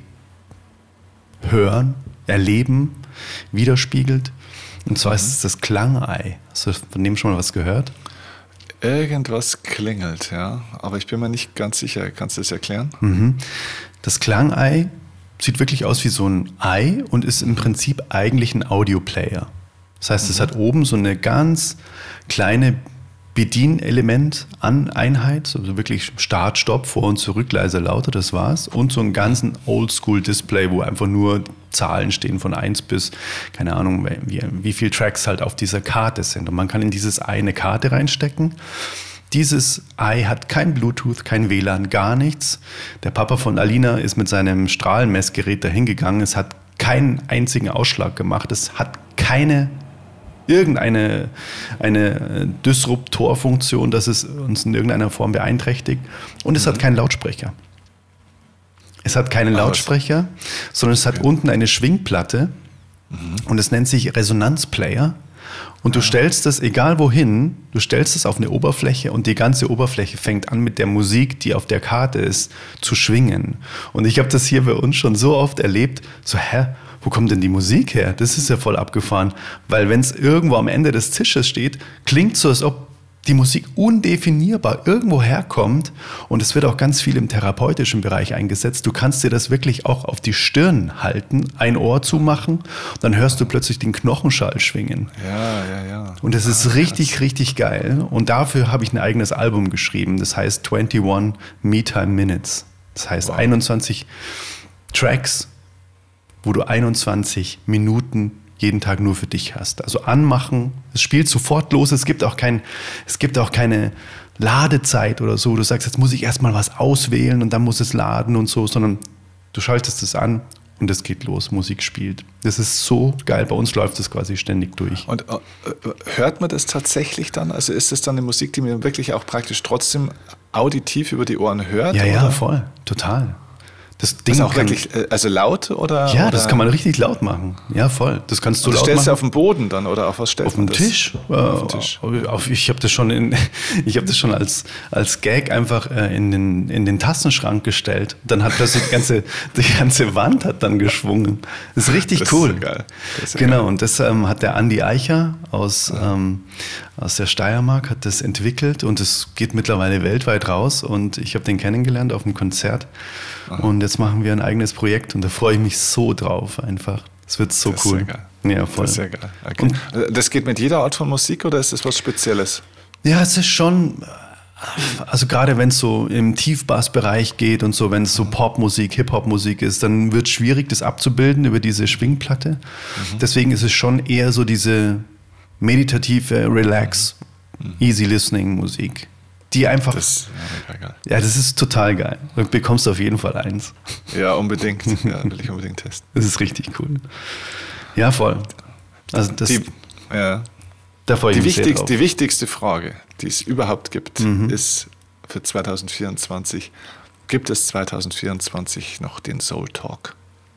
hören, erleben, widerspiegelt. Und zwar ist es das Klangei. Hast du von dem schon mal was gehört? Irgendwas klingelt, ja. Aber ich bin mir nicht ganz sicher. Kannst du das erklären? Das Klangei sieht wirklich aus wie so ein Ei und ist im Prinzip eigentlich ein Audioplayer. Das heißt, es hat oben so eine ganz kleine Bedienelement-Einheit, also wirklich Start, Stopp, Vor- und Zurück, leise, lauter, das war's. Und so einen ganzen Oldschool-Display, wo einfach nur Zahlen stehen von 1 bis, keine Ahnung, wie viele Tracks halt auf dieser Karte sind. Und man kann in dieses Ei eine Karte reinstecken. Dieses Ei hat kein Bluetooth, kein WLAN, gar nichts. Der Papa von Alina ist mit seinem Strahlenmessgerät dahin gegangen. Es hat keinen einzigen Ausschlag gemacht. Es hat irgendeine Disruptorfunktion, dass es uns in irgendeiner Form beeinträchtigt. Und es hat keinen Lautsprecher. Es hat keinen Lautsprecher, sondern es hat unten eine Schwingplatte und es nennt sich Resonanzplayer. Und du stellst das, egal wohin, du stellst es auf eine Oberfläche und die ganze Oberfläche fängt an mit der Musik, die auf der Karte ist, zu schwingen. Und ich habe das hier bei uns schon so oft erlebt, so, wo kommt denn die Musik her? Das ist ja voll abgefahren. Weil wenn es irgendwo am Ende des Tisches steht, klingt so, als ob die Musik undefinierbar irgendwo herkommt. Und es wird auch ganz viel im therapeutischen Bereich eingesetzt. Du kannst dir das wirklich auch auf die Stirn halten, ein Ohr zumachen, dann hörst du plötzlich den Knochenschall schwingen. Ja. Und das ist richtig, richtig geil. Und dafür habe ich ein eigenes Album geschrieben. Das heißt 21 Me-Time Minutes. Das heißt 21 Tracks, wo du 21 Minuten jeden Tag nur für dich hast. Also anmachen, es spielt sofort los, es gibt auch keine Ladezeit oder so. Du sagst, jetzt muss ich erstmal was auswählen und dann muss es laden und so, sondern du schaltest es an und es geht los, Musik spielt. Das ist so geil, bei uns läuft das quasi ständig durch. Und hört man das tatsächlich dann? Also ist das dann eine Musik, die man wirklich auch praktisch trotzdem auditiv über die Ohren hört? Ja, oder? ja, voll, total. Das Ding ist auch wirklich, also laut oder? Ja, oder? Das kann man richtig laut machen. Ja, voll. Das kannst du laut machen. Stellst du auf den Boden dann oder auf was stellst du? Auf den Tisch. Auf den Tisch. Ich habe das schon als Gag einfach in den Tassenschrank gestellt. Dann hat plötzlich die ganze Wand hat dann geschwungen. Das ist richtig das cool. Ist so geil. Das ist genau. Geil. Und das hat der Andi Eicher aus der Steiermark hat das entwickelt und es geht mittlerweile weltweit raus und ich habe den kennengelernt auf einem Konzert. Und jetzt machen wir ein eigenes Projekt und da freue ich mich so drauf einfach. Es wird so cool. Das ist sehr geil. Ja, voll. Das ist sehr geil. Okay. Und das geht mit jeder Art von Musik oder ist das was Spezielles? Ja, es ist schon, also gerade wenn es so im Tiefbassbereich geht und so, wenn es so Popmusik, Hip-Hop-Musik ist, dann wird es schwierig, das abzubilden über diese Schwingplatte. Deswegen ist es schon eher so diese meditative, relax, easy listening Musik. Die einfach. Das ist total geil. Du bekommst auf jeden Fall eins. Ja, unbedingt. Ja, will ich unbedingt testen. Das ist richtig cool. Ja, voll. Also da freue ich mich sehr drauf. Die wichtigste Frage, die es überhaupt gibt, ist für 2024. Gibt es 2024 noch den Soul Talk?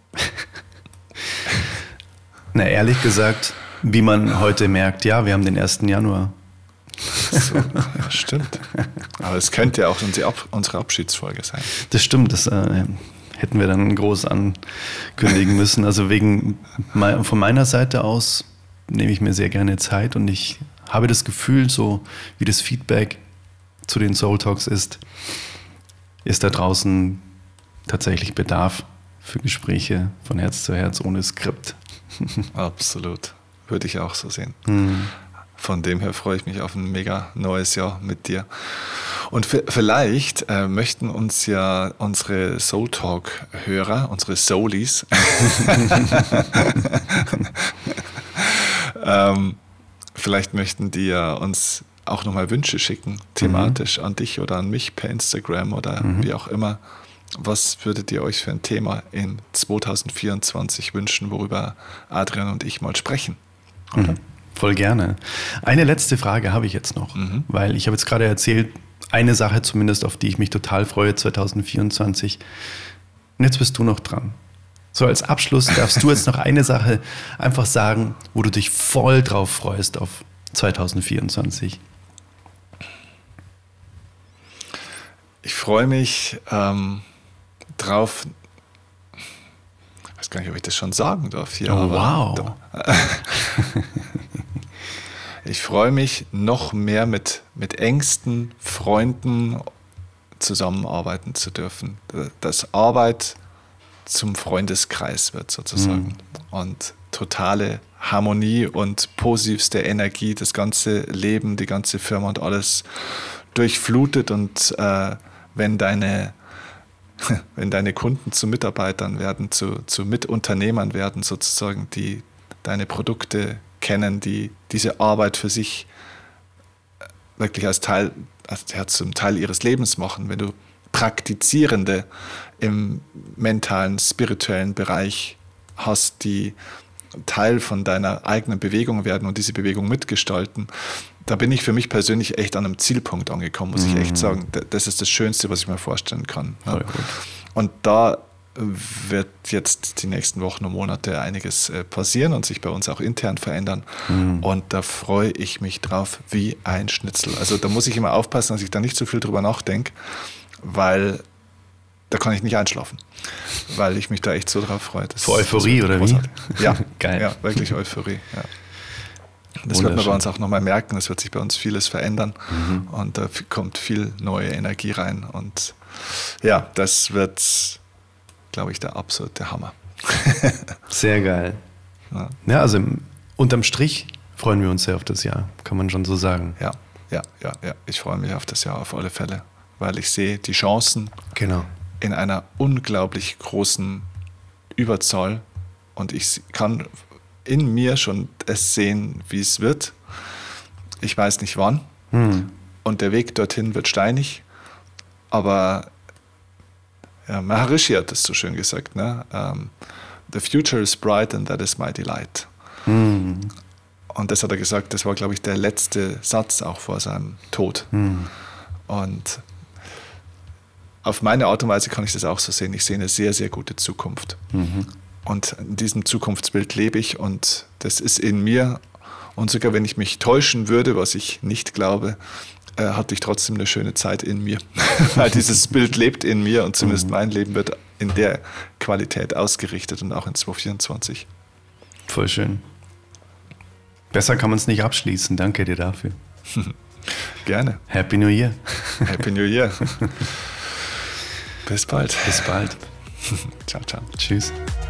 Na, ehrlich gesagt, wie man heute merkt, ja, wir haben den 1. Januar. So, ja, stimmt. Aber es könnte ja auch unsere Abschiedsfolge sein. Das stimmt, das hätten wir dann groß ankündigen müssen. Also von meiner Seite aus nehme ich mir sehr gerne Zeit und ich habe das Gefühl, so wie das Feedback zu den Soul Talks ist da draußen tatsächlich Bedarf für Gespräche von Herz zu Herz ohne Skript. Absolut. Würde ich auch so sehen. Von dem her freue ich mich auf ein mega neues Jahr mit dir. Und vielleicht möchten uns ja unsere Soul Talk-Hörer, unsere Soulies, vielleicht möchten die ja uns auch nochmal Wünsche schicken, thematisch an dich oder an mich per Instagram oder wie auch immer. Was würdet ihr euch für ein Thema in 2024 wünschen, worüber Adrian und ich mal sprechen? Oder? Voll gerne. Eine letzte Frage habe ich jetzt noch, weil ich habe jetzt gerade erzählt, eine Sache zumindest, auf die ich mich total freue 2024. Und jetzt bist du noch dran. So als Abschluss darfst du jetzt noch eine Sache einfach sagen, wo du dich voll drauf freust auf 2024. Ich freue mich drauf. Ich weiß gar nicht, ob ich das schon sagen darf hier. Oh, wow. Ich freue mich, noch mehr mit engsten Freunden zusammenarbeiten zu dürfen. Dass Arbeit zum Freundeskreis wird sozusagen. Und totale Harmonie und positivste Energie, das ganze Leben, die ganze Firma und alles durchflutet. Und wenn deine Kunden zu Mitarbeitern werden, zu Mitunternehmern werden sozusagen, die deine Produkte kennen, die diese Arbeit für sich wirklich zum Teil ihres Lebens machen. Wenn du Praktizierende im mentalen, spirituellen Bereich hast, die Teil von deiner eigenen Bewegung werden und diese Bewegung mitgestalten, da bin ich für mich persönlich echt an einem Zielpunkt angekommen, muss ich echt sagen. Das ist das Schönste, was ich mir vorstellen kann. Ne? Und da wird jetzt die nächsten Wochen und Monate einiges passieren und sich bei uns auch intern verändern. Und da freue ich mich drauf wie ein Schnitzel. Also da muss ich immer aufpassen, dass ich da nicht so viel drüber nachdenke, weil da kann ich nicht einschlafen, weil ich mich da echt so drauf freue. Vor Euphorie oder wie? Ja, geil. Ja, wirklich Euphorie. Ja. Das wird man bei uns auch nochmal merken, es wird sich bei uns vieles verändern und da kommt viel neue Energie rein und ja, das wird, glaube ich, der absolute Hammer. Sehr geil. Ja, also unterm Strich freuen wir uns sehr auf das Jahr, kann man schon so sagen. Ja. Ich freue mich auf das Jahr auf alle Fälle, weil ich sehe die Chancen in einer unglaublich großen Überzahl und ich kann in mir schon es sehen, wie es wird. Ich weiß nicht wann und der Weg dorthin wird steinig, aber Maharishi hat das so schön gesagt, ne? The future is bright and that is my delight. Und das hat er gesagt, das war, glaube ich, der letzte Satz auch vor seinem Tod. Und auf meine Art und Weise kann ich das auch so sehen. Ich sehe eine sehr, sehr gute Zukunft. Und in diesem Zukunftsbild lebe ich und das ist in mir. Und sogar wenn ich mich täuschen würde, was ich nicht glaube, hatte ich trotzdem eine schöne Zeit in mir. Weil dieses Bild lebt in mir und zumindest mein Leben wird in der Qualität ausgerichtet und auch in 2024. Voll schön. Besser kann man es nicht abschließen. Danke dir dafür. Gerne. Happy New Year. Happy New Year. Bis bald. Bis bald. Ciao, ciao. Tschüss.